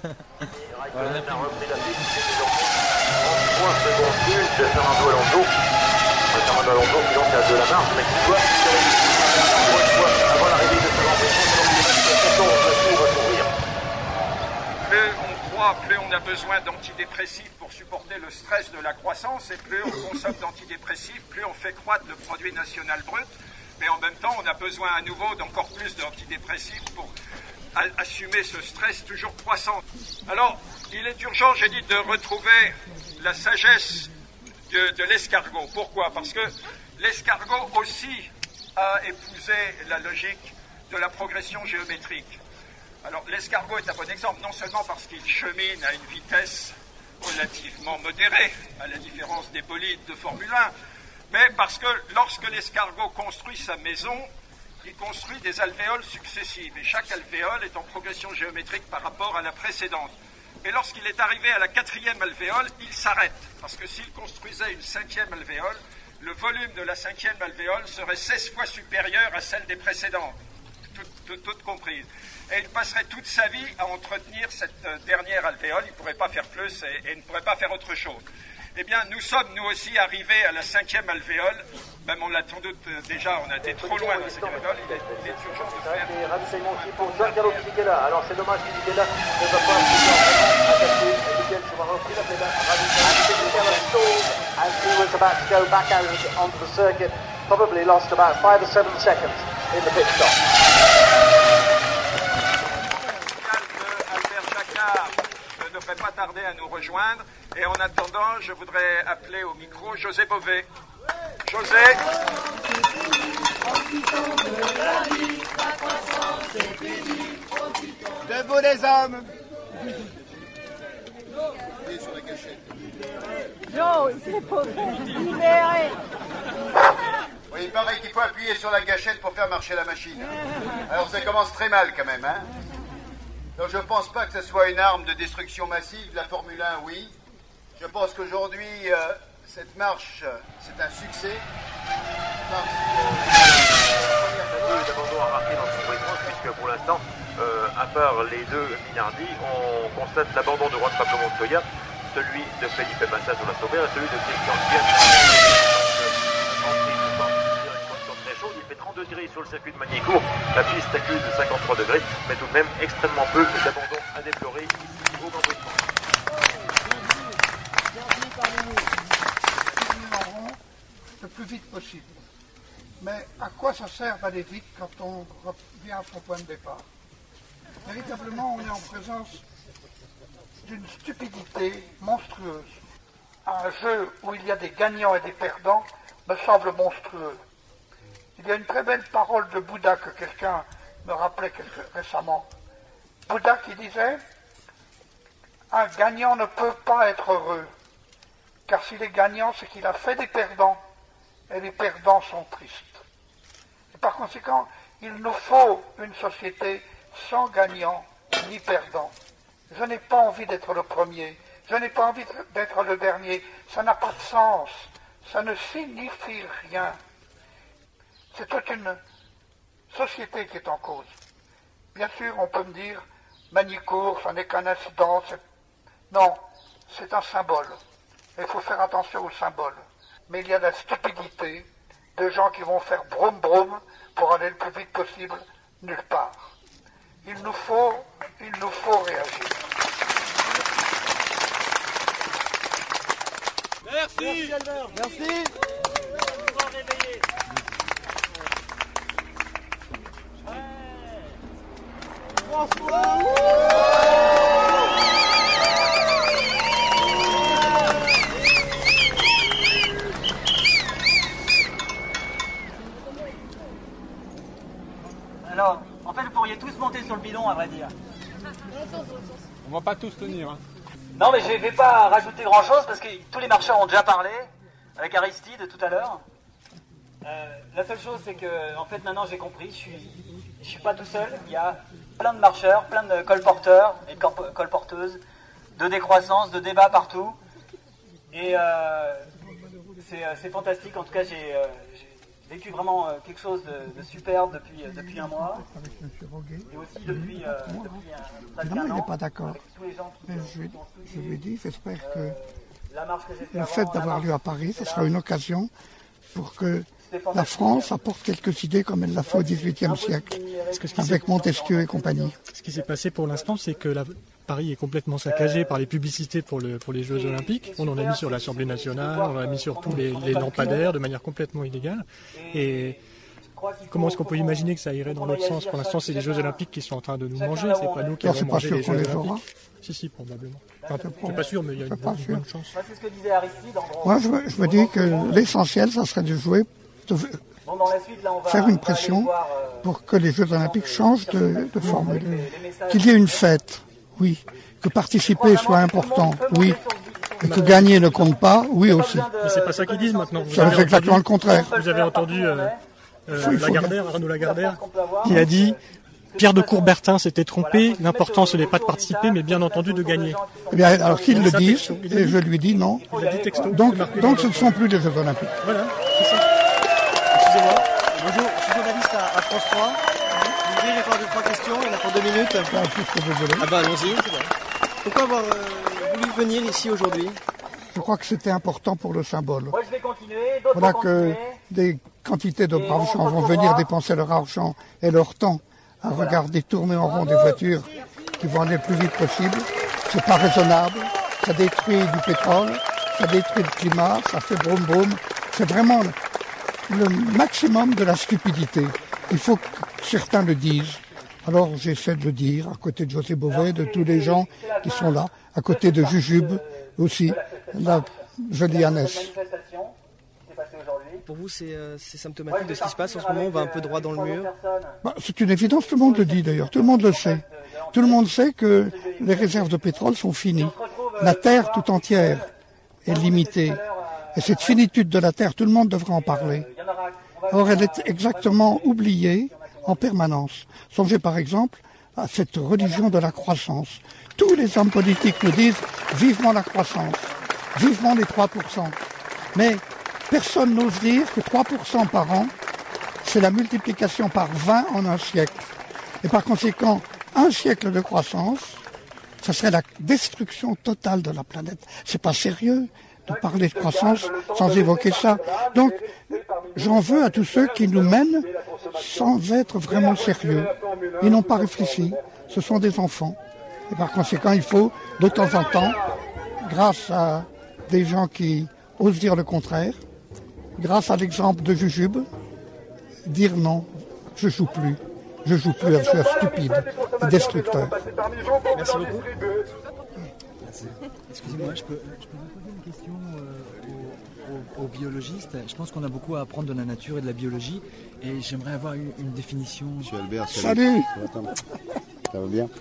Fernando Alonso. Fernando Alonso qui donc a de la marge, mais qui doit avant l'arrivée de ce Grand Prix. Plus on croit, plus on a besoin d'antidépressifs pour supporter le stress de la croissance, et plus on consomme d'antidépressifs, plus on fait croître le produit national brut. Mais en même temps, on a besoin à nouveau d'encore plus d'antidépressifs pour assumer ce stress toujours croissant. Alors, il est urgent, j'ai dit, de retrouver la sagesse de, de l'escargot. Pourquoi? Parce que l'escargot aussi a épousé la logique de la progression géométrique. Alors, l'escargot est un bon exemple, non seulement parce qu'il chemine à une vitesse relativement modérée, à la différence des bolides de Formule un, mais parce que lorsque l'escargot construit sa maison, il construit des alvéoles successives, et chaque alvéole est en progression géométrique par rapport à la précédente. Et lorsqu'il est arrivé à la quatrième alvéole, il s'arrête, parce que s'il construisait une cinquième alvéole, le volume de la cinquième alvéole serait seize fois supérieur à celle des précédentes, toutes, toutes, toutes comprises. Et il passerait toute sa vie à entretenir cette dernière alvéole, il ne pourrait pas faire plus et, et ne pourrait pas faire autre chose. Eh bien, nous sommes, nous aussi, arrivés à la cinquième alvéole. Même on l'a sans doute déjà, on a été trop loin de la cinquième alvéole. Il est, il est urgent de faire... Des ravitaillements aussi pour Giancarlo Fisichella. Alors, c'est dommage que Fisichella ne va pas pouvoir attaquer. Miguel Schumacher a fait la ravitaillement. And he was about to go back out onto the circuit. Probably lost about five or seven seconds in the pit stop. Albert Jacquard ne devrait pas tarder à nous rejoindre. Et en attendant, je voudrais appeler au micro José Bové. José. Debout les hommes. Joe, c'est pour libérer. Oui, il paraît qu'il faut appuyer sur la gâchette pour faire marcher la machine. Alors ça commence très mal quand même, hein. Donc je ne pense pas que ce soit une arme de destruction massive. La Formule un, oui. Je pense qu'aujourd'hui, euh, cette marche, c'est un succès. Peu d'abandon à marquer dans ce Grand Prix, puisque pour l'instant, euh, à part les deux Minardi, on constate l'abandon de Juan Pablo Montoya, celui de Felipe Massa sur la Sauber et celui de Christian Kviat. Très chaud, il fait trente-deux degrés sur le circuit de Magny-Cours. La piste accuse de cinquante-trois degrés, mais tout de même extrêmement peu d'abandon à déplorer ici au Grand Prix de France. Le plus vite possible. Mais à quoi ça sert d'aller vite quand on revient à son point de départ? Véritablement, on est en présence d'une stupidité monstrueuse. Un jeu où il y a des gagnants et des perdants me semble monstrueux. Il y a une très belle parole de Bouddha que quelqu'un me rappelait quelque, récemment. Bouddha qui disait « Un gagnant ne peut pas être heureux, car s'il est gagnant, c'est qu'il a fait des perdants, et les perdants sont tristes. » Et par conséquent, il nous faut une société sans gagnants ni perdants. Je n'ai pas envie d'être le premier, je n'ai pas envie d'être le dernier, ça n'a pas de sens, ça ne signifie rien. C'est toute une société qui est en cause. Bien sûr, on peut me dire, Manicourt, ça n'est qu'un incident. Non, c'est un symbole. Il faut faire attention au symbole. Mais il y a la stupidité de gens qui vont faire broum broum pour aller le plus vite possible nulle part. Il nous faut, il nous faut réagir. Merci. Merci Albert. Merci. Alors, en fait, vous pourriez tous monter sur le bidon, à vrai dire. On va pas tous tenir. Hein. Non, mais je vais pas rajouter grand-chose parce que tous les marcheurs ont déjà parlé, avec Aristide tout à l'heure. Euh, la seule chose, c'est que, en fait, maintenant j'ai compris, je suis, je suis pas tout seul. Il y a plein de marcheurs, plein de colporteurs et de colporteuses, de décroissance, de débats partout. Et euh, c'est, c'est fantastique. En tout cas, j'ai, euh, j'ai vécu vraiment euh, quelque chose de, de superbe depuis, euh, depuis un mois. Et aussi depuis, euh, depuis un, Non, il un n'est an, pas d'accord. Mais je, je lui dis, j'espère que le fait d'avoir lieu à Paris, ce sera une occasion pour que la France apporte quelques idées comme elle l'a fait au dix-huitième siècle, avec Montesquieu et compagnie. Ce qui s'est passé pour l'instant, c'est que la, Paris est complètement saccagé par les publicités pour, le, pour les Jeux Olympiques. On en a mis sur l'Assemblée nationale, on en a mis sur tous les, les lampadaires de manière complètement illégale. Et comment est-ce qu'on peut imaginer que ça irait dans l'autre sens? Pour l'instant, c'est les Jeux Olympiques qui sont en train de nous manger, c'est pas nous qui allons manger les Jeux Olympiques. Si, si, probablement. Enfin, je suis pas sûr, mais il y a une bonne, bonne chance. C'est ce que disait Aristide. Moi, je, me- je me dis que l'essentiel, ça serait de jouer, de faire une pression pour que les Jeux Olympiques changent de, de formule. Qu'il y ait une fête, oui. Que participer soit important, oui. Et que gagner ne compte pas, oui aussi. Mais c'est pas ça qu'ils disent maintenant. Vous Ça avez fait exactement le entendu- contraire. Vous avez entendu euh, euh, Il faut Lagardère, Arnaud Lagardère, qui a dit Pierre de Coubertin s'était trompé, l'important ce n'est pas de participer, mais bien entendu de gagner. Eh bien, alors qu'ils le Ça, disent, texto. Il a et dit- je lui dis non. Il a dit texto. Donc, C'est marqué donc dans ce le- ne sont plus les Jeux Olympiques. Voilà, c'est ça. Excusez-moi. Bonjour, je suis journaliste à, à France trois. Vous voudriez répondre à deux, trois questions, il y en a pour deux minutes. Ah bah allons-y. Pourquoi avoir euh, voulu venir ici aujourd'hui? Je crois que c'était important pour le symbole. Moi, je vais continuer. D'autres Voilà vont que continuer. des quantités de braves gens vont venir dépenser leur argent et leur temps à regarder tourner en rond des voitures qui vont aller le plus vite possible. C'est pas raisonnable. Ça détruit du pétrole, ça détruit le climat, ça fait broum broum. C'est vraiment le, le maximum de la stupidité. Il faut que certains le disent. Alors j'essaie de le dire, à côté de José Bové, de tous les gens qui sont là, à côté de Jujube aussi, la jolie Annès. Pour vous, c'est euh, c'est symptomatique de ce qui se passe en ce moment, on va un peu droit dans le mur. Bah, c'est une évidence, tout le monde le dit d'ailleurs, tout le monde le sait. Tout le monde sait que les réserves de pétrole sont finies. La Terre tout entière est limitée. Et cette finitude de la Terre, tout le monde devrait en parler. Or, elle est exactement oubliée en permanence. Songez par exemple à cette religion de la croissance. Tous les hommes politiques nous disent vivement la croissance, vivement les trois pour cent. Mais personne n'ose dire que trois pour cent par an, c'est la multiplication par vingt en un siècle. Et par conséquent, un siècle de croissance, ça serait la destruction totale de la planète. C'est pas sérieux de parler de croissance sans évoquer ça. Donc, j'en veux à tous ceux qui nous mènent sans être vraiment sérieux. Ils n'ont pas réfléchi. Ce sont des enfants. Et par conséquent, il faut, de temps en temps, grâce à des gens qui osent dire le contraire, grâce à l'exemple de Jujube, dire non, je joue plus. Je joue plus, je suis un stupide, destructeur. Merci beaucoup. Excusez-moi, je peux, je peux vous poser une question euh, aux, aux- aux biologistes. Je pense qu'on a beaucoup à apprendre de la nature et de la biologie, et j'aimerais avoir une, une définition. Monsieur Albert, Salut. Ça va bien?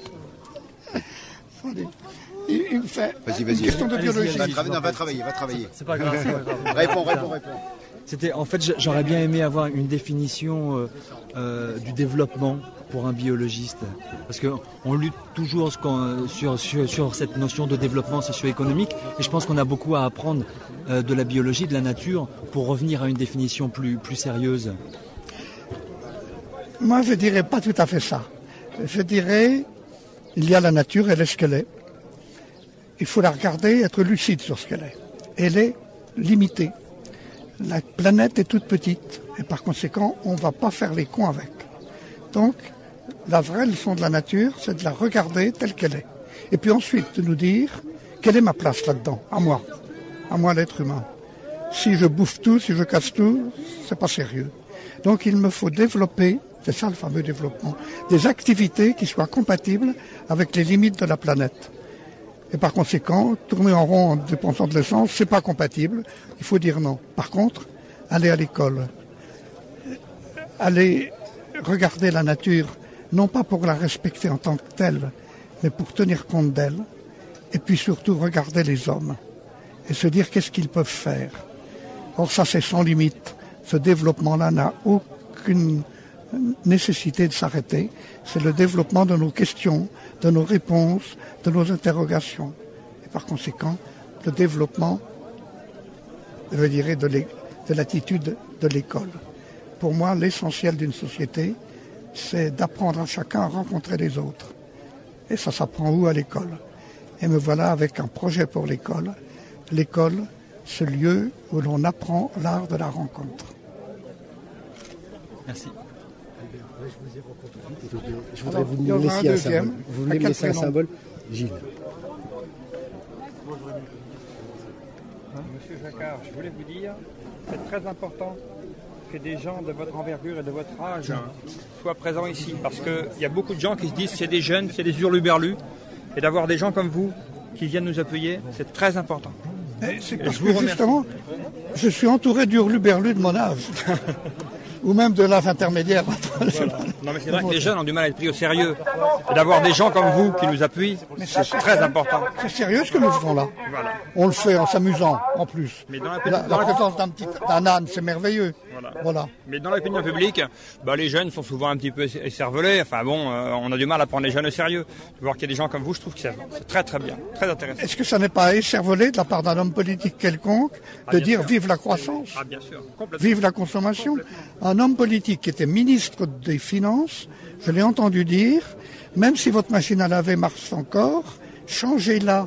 Salut. Il, il me fait Vas-y, une vas-y. question de Allez-y, biologie. Va, trava- non, va travailler, va travailler. C'est pas grave, c'est pas grave. Réponds, réponds, réponds. C'était, en fait, j'aurais bien aimé avoir une définition euh, euh, du développement pour un biologiste, parce que on lutte toujours sur, sur, sur cette notion de développement socio-économique, et je pense qu'on a beaucoup à apprendre euh, de la biologie, de la nature, pour revenir à une définition plus, plus sérieuse. Moi, je dirais pas tout à fait ça. Je dirais, il y a la nature, elle est ce qu'elle est. Il faut la regarder, être lucide sur ce qu'elle est. Elle est limitée. La planète est toute petite, et par conséquent, on ne va pas faire les cons avec. Donc, la vraie leçon de la nature, c'est de la regarder telle qu'elle est. Et puis ensuite, de nous dire, quelle est ma place là-dedans, à moi, à moi l'être humain. Si je bouffe tout, si je casse tout, c'est pas sérieux. Donc il me faut développer, c'est ça le fameux développement, des activités qui soient compatibles avec les limites de la planète. Et par conséquent, tourner en rond en dépensant de l'essence, c'est pas compatible, il faut dire non. Par contre, aller à l'école, aller regarder la nature, non pas pour la respecter en tant que telle, mais pour tenir compte d'elle, et puis surtout regarder les hommes, et se dire qu'est-ce qu'ils peuvent faire. Or ça c'est sans limite, ce développement-là n'a aucune nécessité de s'arrêter, c'est le développement de nos questions, de nos réponses, de nos interrogations, et par conséquent, le développement, je dirais, de l'attitude de l'école. Pour moi, l'essentiel d'une société, c'est d'apprendre à chacun à rencontrer les autres. Et ça s'apprend où? À l'école. Et me voilà avec un projet pour l'école. L'école, ce lieu où l'on apprend l'art de la rencontre. Merci. Je voudrais vous me laisser un symbole. Vous voulez me laisser un symbole? Gilles. Monsieur Jacquard, je voulais vous dire, c'est très important que des gens de votre envergure et de votre âge hein, soient présents ici. Parce qu'il y a beaucoup de gens qui se disent c'est des jeunes, c'est des hurluberlus. Et d'avoir des gens comme vous qui viennent nous appuyer, c'est très important. Et c'est parce que justement, je suis entouré d'hurluberlus de mon âge. Ou même de l'âge intermédiaire. Voilà. Non mais c'est vrai que les jeunes ont du mal à être pris au sérieux. Et d'avoir des gens comme vous qui nous appuient, c'est très important. C'est sérieux ce que nous faisons là. Voilà. On le fait en s'amusant en plus. Mais dans la, la, la présence d'un petit d'un âne, c'est merveilleux. Voilà. Voilà. Mais dans l'opinion publique, bah, les jeunes sont souvent un petit peu écervelés. Enfin bon, euh, on a du mal à prendre les jeunes au sérieux. De voir qu'il y a des gens comme vous, je trouve que c'est très très bien, très intéressant. Est-ce que ça n'est pas écervelé de la part d'un homme politique quelconque de ah, dire sûr. Vive la croissance, ah, bien sûr. Vive la consommation? Un homme politique qui était ministre des Finances, je l'ai entendu dire, même si votre machine à laver marche encore, changez-la,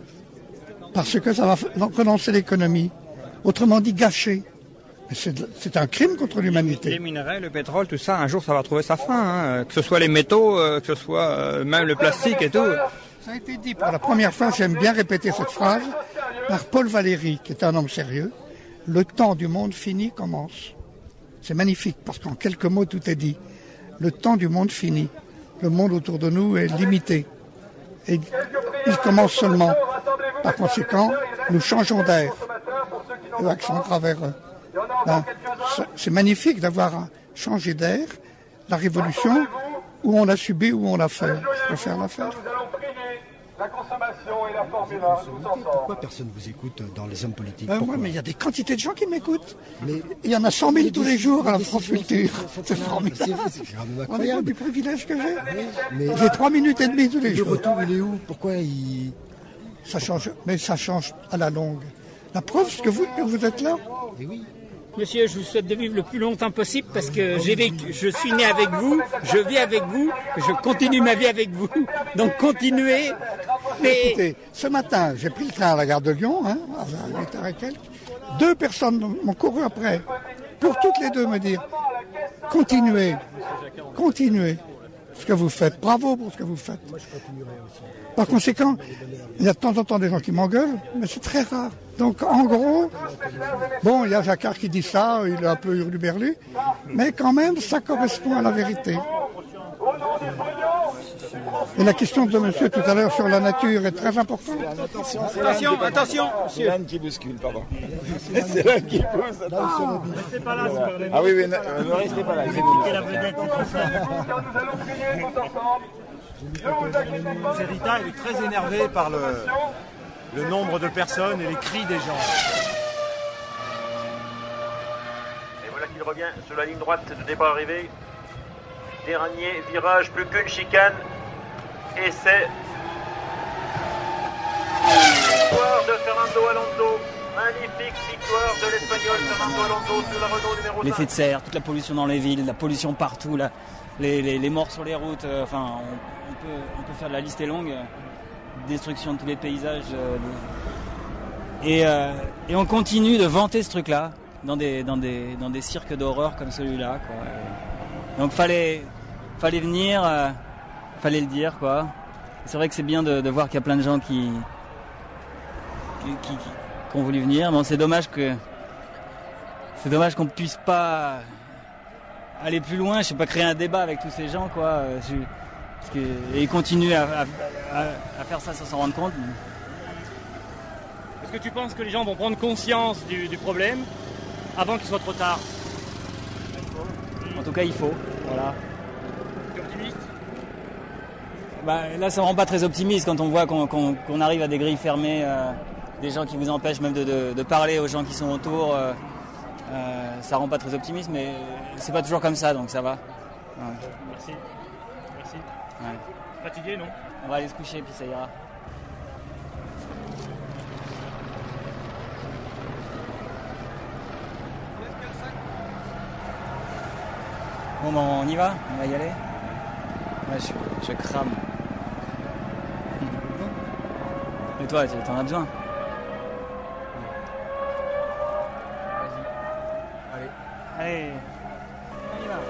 parce que ça va relancer l'économie. Autrement dit, gâcher. C'est un crime contre l'humanité. Les minerais, le pétrole, tout ça, un jour ça va trouver sa fin. Hein. Que ce soit les métaux, que ce soit euh, même le plastique et tout. Ça a été dit pour la première fois, j'aime bien répéter cette phrase, par Paul Valéry, qui est un homme sérieux. Le temps du monde fini commence. C'est magnifique, parce qu'en quelques mots, tout est dit. Le temps du monde fini. Le monde autour de nous est limité. Et il commence seulement. Par conséquent, nous changeons d'air. L'accent à travers eux. Ben, c'est magnifique d'avoir changé d'air, la révolution, où on l'a subi, où on l'a fait. Je préfère la faire. La consommation et la Formule un, tous ensemble. Pourquoi personne ne vous écoute dans les hommes politiques? Ben ouais, mais il y a des quantités de gens qui m'écoutent. Mais il y en a cent mille tous les jours à la France Culture. C'est formidable. On est du privilège que j'ai. J'ai trois minutes et demie tous les jours. Le retour, il est où? Pourquoi il... Ça change, mais ça change à la longue. La preuve, c'est que vous, que vous êtes là. Et oui. Monsieur, je vous souhaite de vivre le plus longtemps possible parce que j'ai vécu, je suis né avec vous, je vis avec vous, je continue ma vie avec vous. Donc continuez. Mais... Écoutez, ce matin, j'ai pris le train à la gare de Lyon, hein, à huit heures et quelques. Deux personnes m'ont couru après, pour toutes les deux me dire, continuez, continuez ce que vous faites. Bravo pour ce que vous faites. Par conséquent, il y a de temps en temps des gens qui m'engueulent, mais c'est très rare. Donc en gros, bon, il y a Jacquard qui dit ça, il est un peu hurluberlu, mais quand même, ça correspond à la vérité. Et la question de monsieur tout à l'heure sur la nature est très importante. Attention, attention, c'est l'âne qui bouscule, pardon. C'est l'âne qui pousse, attention. Ne restez pas là, c'est Ah oui, mais ne, ne restez pas là. C'est la vedette, c'est ça. Zerita, il est très énervé par le, le nombre de personnes et les cris des gens. revient sur la ligne droite de départ arrivée. Dernier virage, plus qu'une chicane. Et c'est... Victoire de Fernando Alonso. Magnifique victoire de l'Espagnol Fernando Alonso sur la Renault numéro cinq. L'effet de serre, toute la pollution dans les villes, la pollution partout, la, les, les, les morts sur les routes, euh, enfin on, on, peut, on peut faire la liste est longue, euh, destruction de tous les paysages. Euh, et, euh, et on continue de vanter ce truc-là dans des, dans des, dans des cirques d'horreur comme celui-là, quoi. Et donc fallait, fallait venir, euh, fallait le dire, quoi. C'est vrai que c'est bien de, de voir qu'il y a plein de gens qui, qui, qui, qui ont voulu venir. Bon, c'est dommage que c'est dommage qu'on puisse pas aller plus loin. Je sais pas, créer un débat avec tous ces gens, quoi. Je, parce que, et ils continuent à, à, à, à faire ça sans s'en rendre compte. Est-ce que tu penses que les gens vont prendre conscience du, du problème avant qu'il soit trop tard? En tout cas, il faut. Voilà. Tu es optimiste? Bah, là, ça ne rend pas très optimiste quand on voit qu'on qu'on, qu'on arrive à des grilles fermées, euh, des gens qui vous empêchent même de, de, de parler aux gens qui sont autour. Euh, euh, ça rend pas très optimiste, mais c'est pas toujours comme ça, donc ça va. Ouais. Merci. Merci. Ouais. Fatigué, non? On va aller se coucher, puis ça ira. Bon, ben, on y va, on va y aller. Ouais, je, je crame. Et toi, t'en as besoin? Vas-y. Allez. Allez, on y va.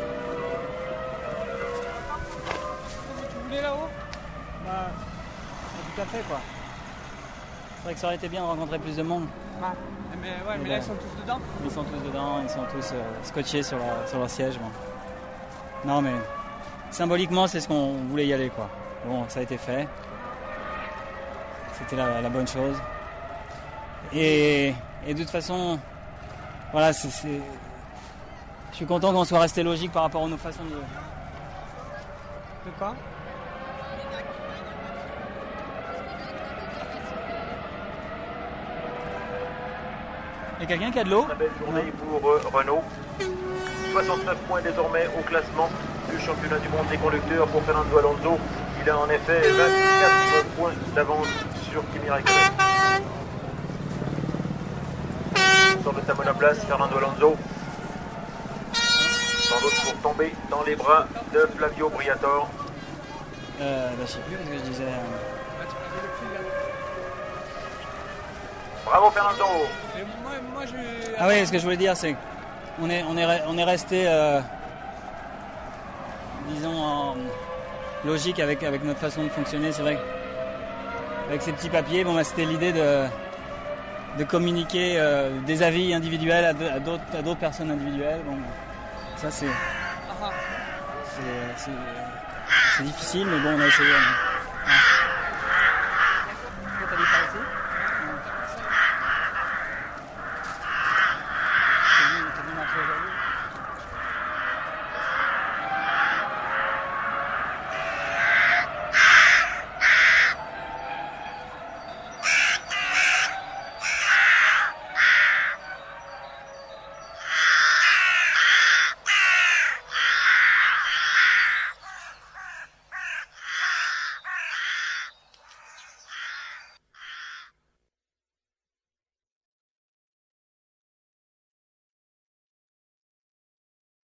Tu voulais là-haut? Bah, du café, quoi. C'est vrai que ça aurait été bien de rencontrer plus de monde. Ah, mais ouais, mais là, ils sont tous dedans? Ils sont tous dedans, ils sont tous euh, scotchés sur leur, sur leur siège. Bon. Non, mais symboliquement, c'est ce qu'on voulait y aller, quoi. Bon, ça a été fait. C'était la, la bonne chose. Et, et de toute façon, voilà, c'est, c'est... je suis content qu'on soit resté logique par rapport à nos façons de... De quoi? Il y a quelqu'un qui a de l'eau? Très belle journée pour euh, Renault. soixante-neuf points désormais au classement du championnat du monde des conducteurs pour Fernando Alonso. Il a en effet vingt-quatre points d'avance sur Kimi Räikkönen. Sort de sa monoplace, Fernando Alonso. Sans doute pour tomber dans les bras de Flavio Briatore. Euh, bah, je sais plus ce que je disais. Bravo Fernando. Et moi, moi, je... Ah oui, ce que je voulais dire, c'est qu'on est, on est, on est resté, euh, disons, en logique avec, avec notre façon de fonctionner. C'est vrai qu'avec ces petits papiers, bon, bah, c'était l'idée de, de communiquer euh, des avis individuels à, de, à, d'autres, à d'autres personnes individuelles. Bon, ça, c'est, c'est, c'est, c'est difficile, mais bon, on a essayé. Hein.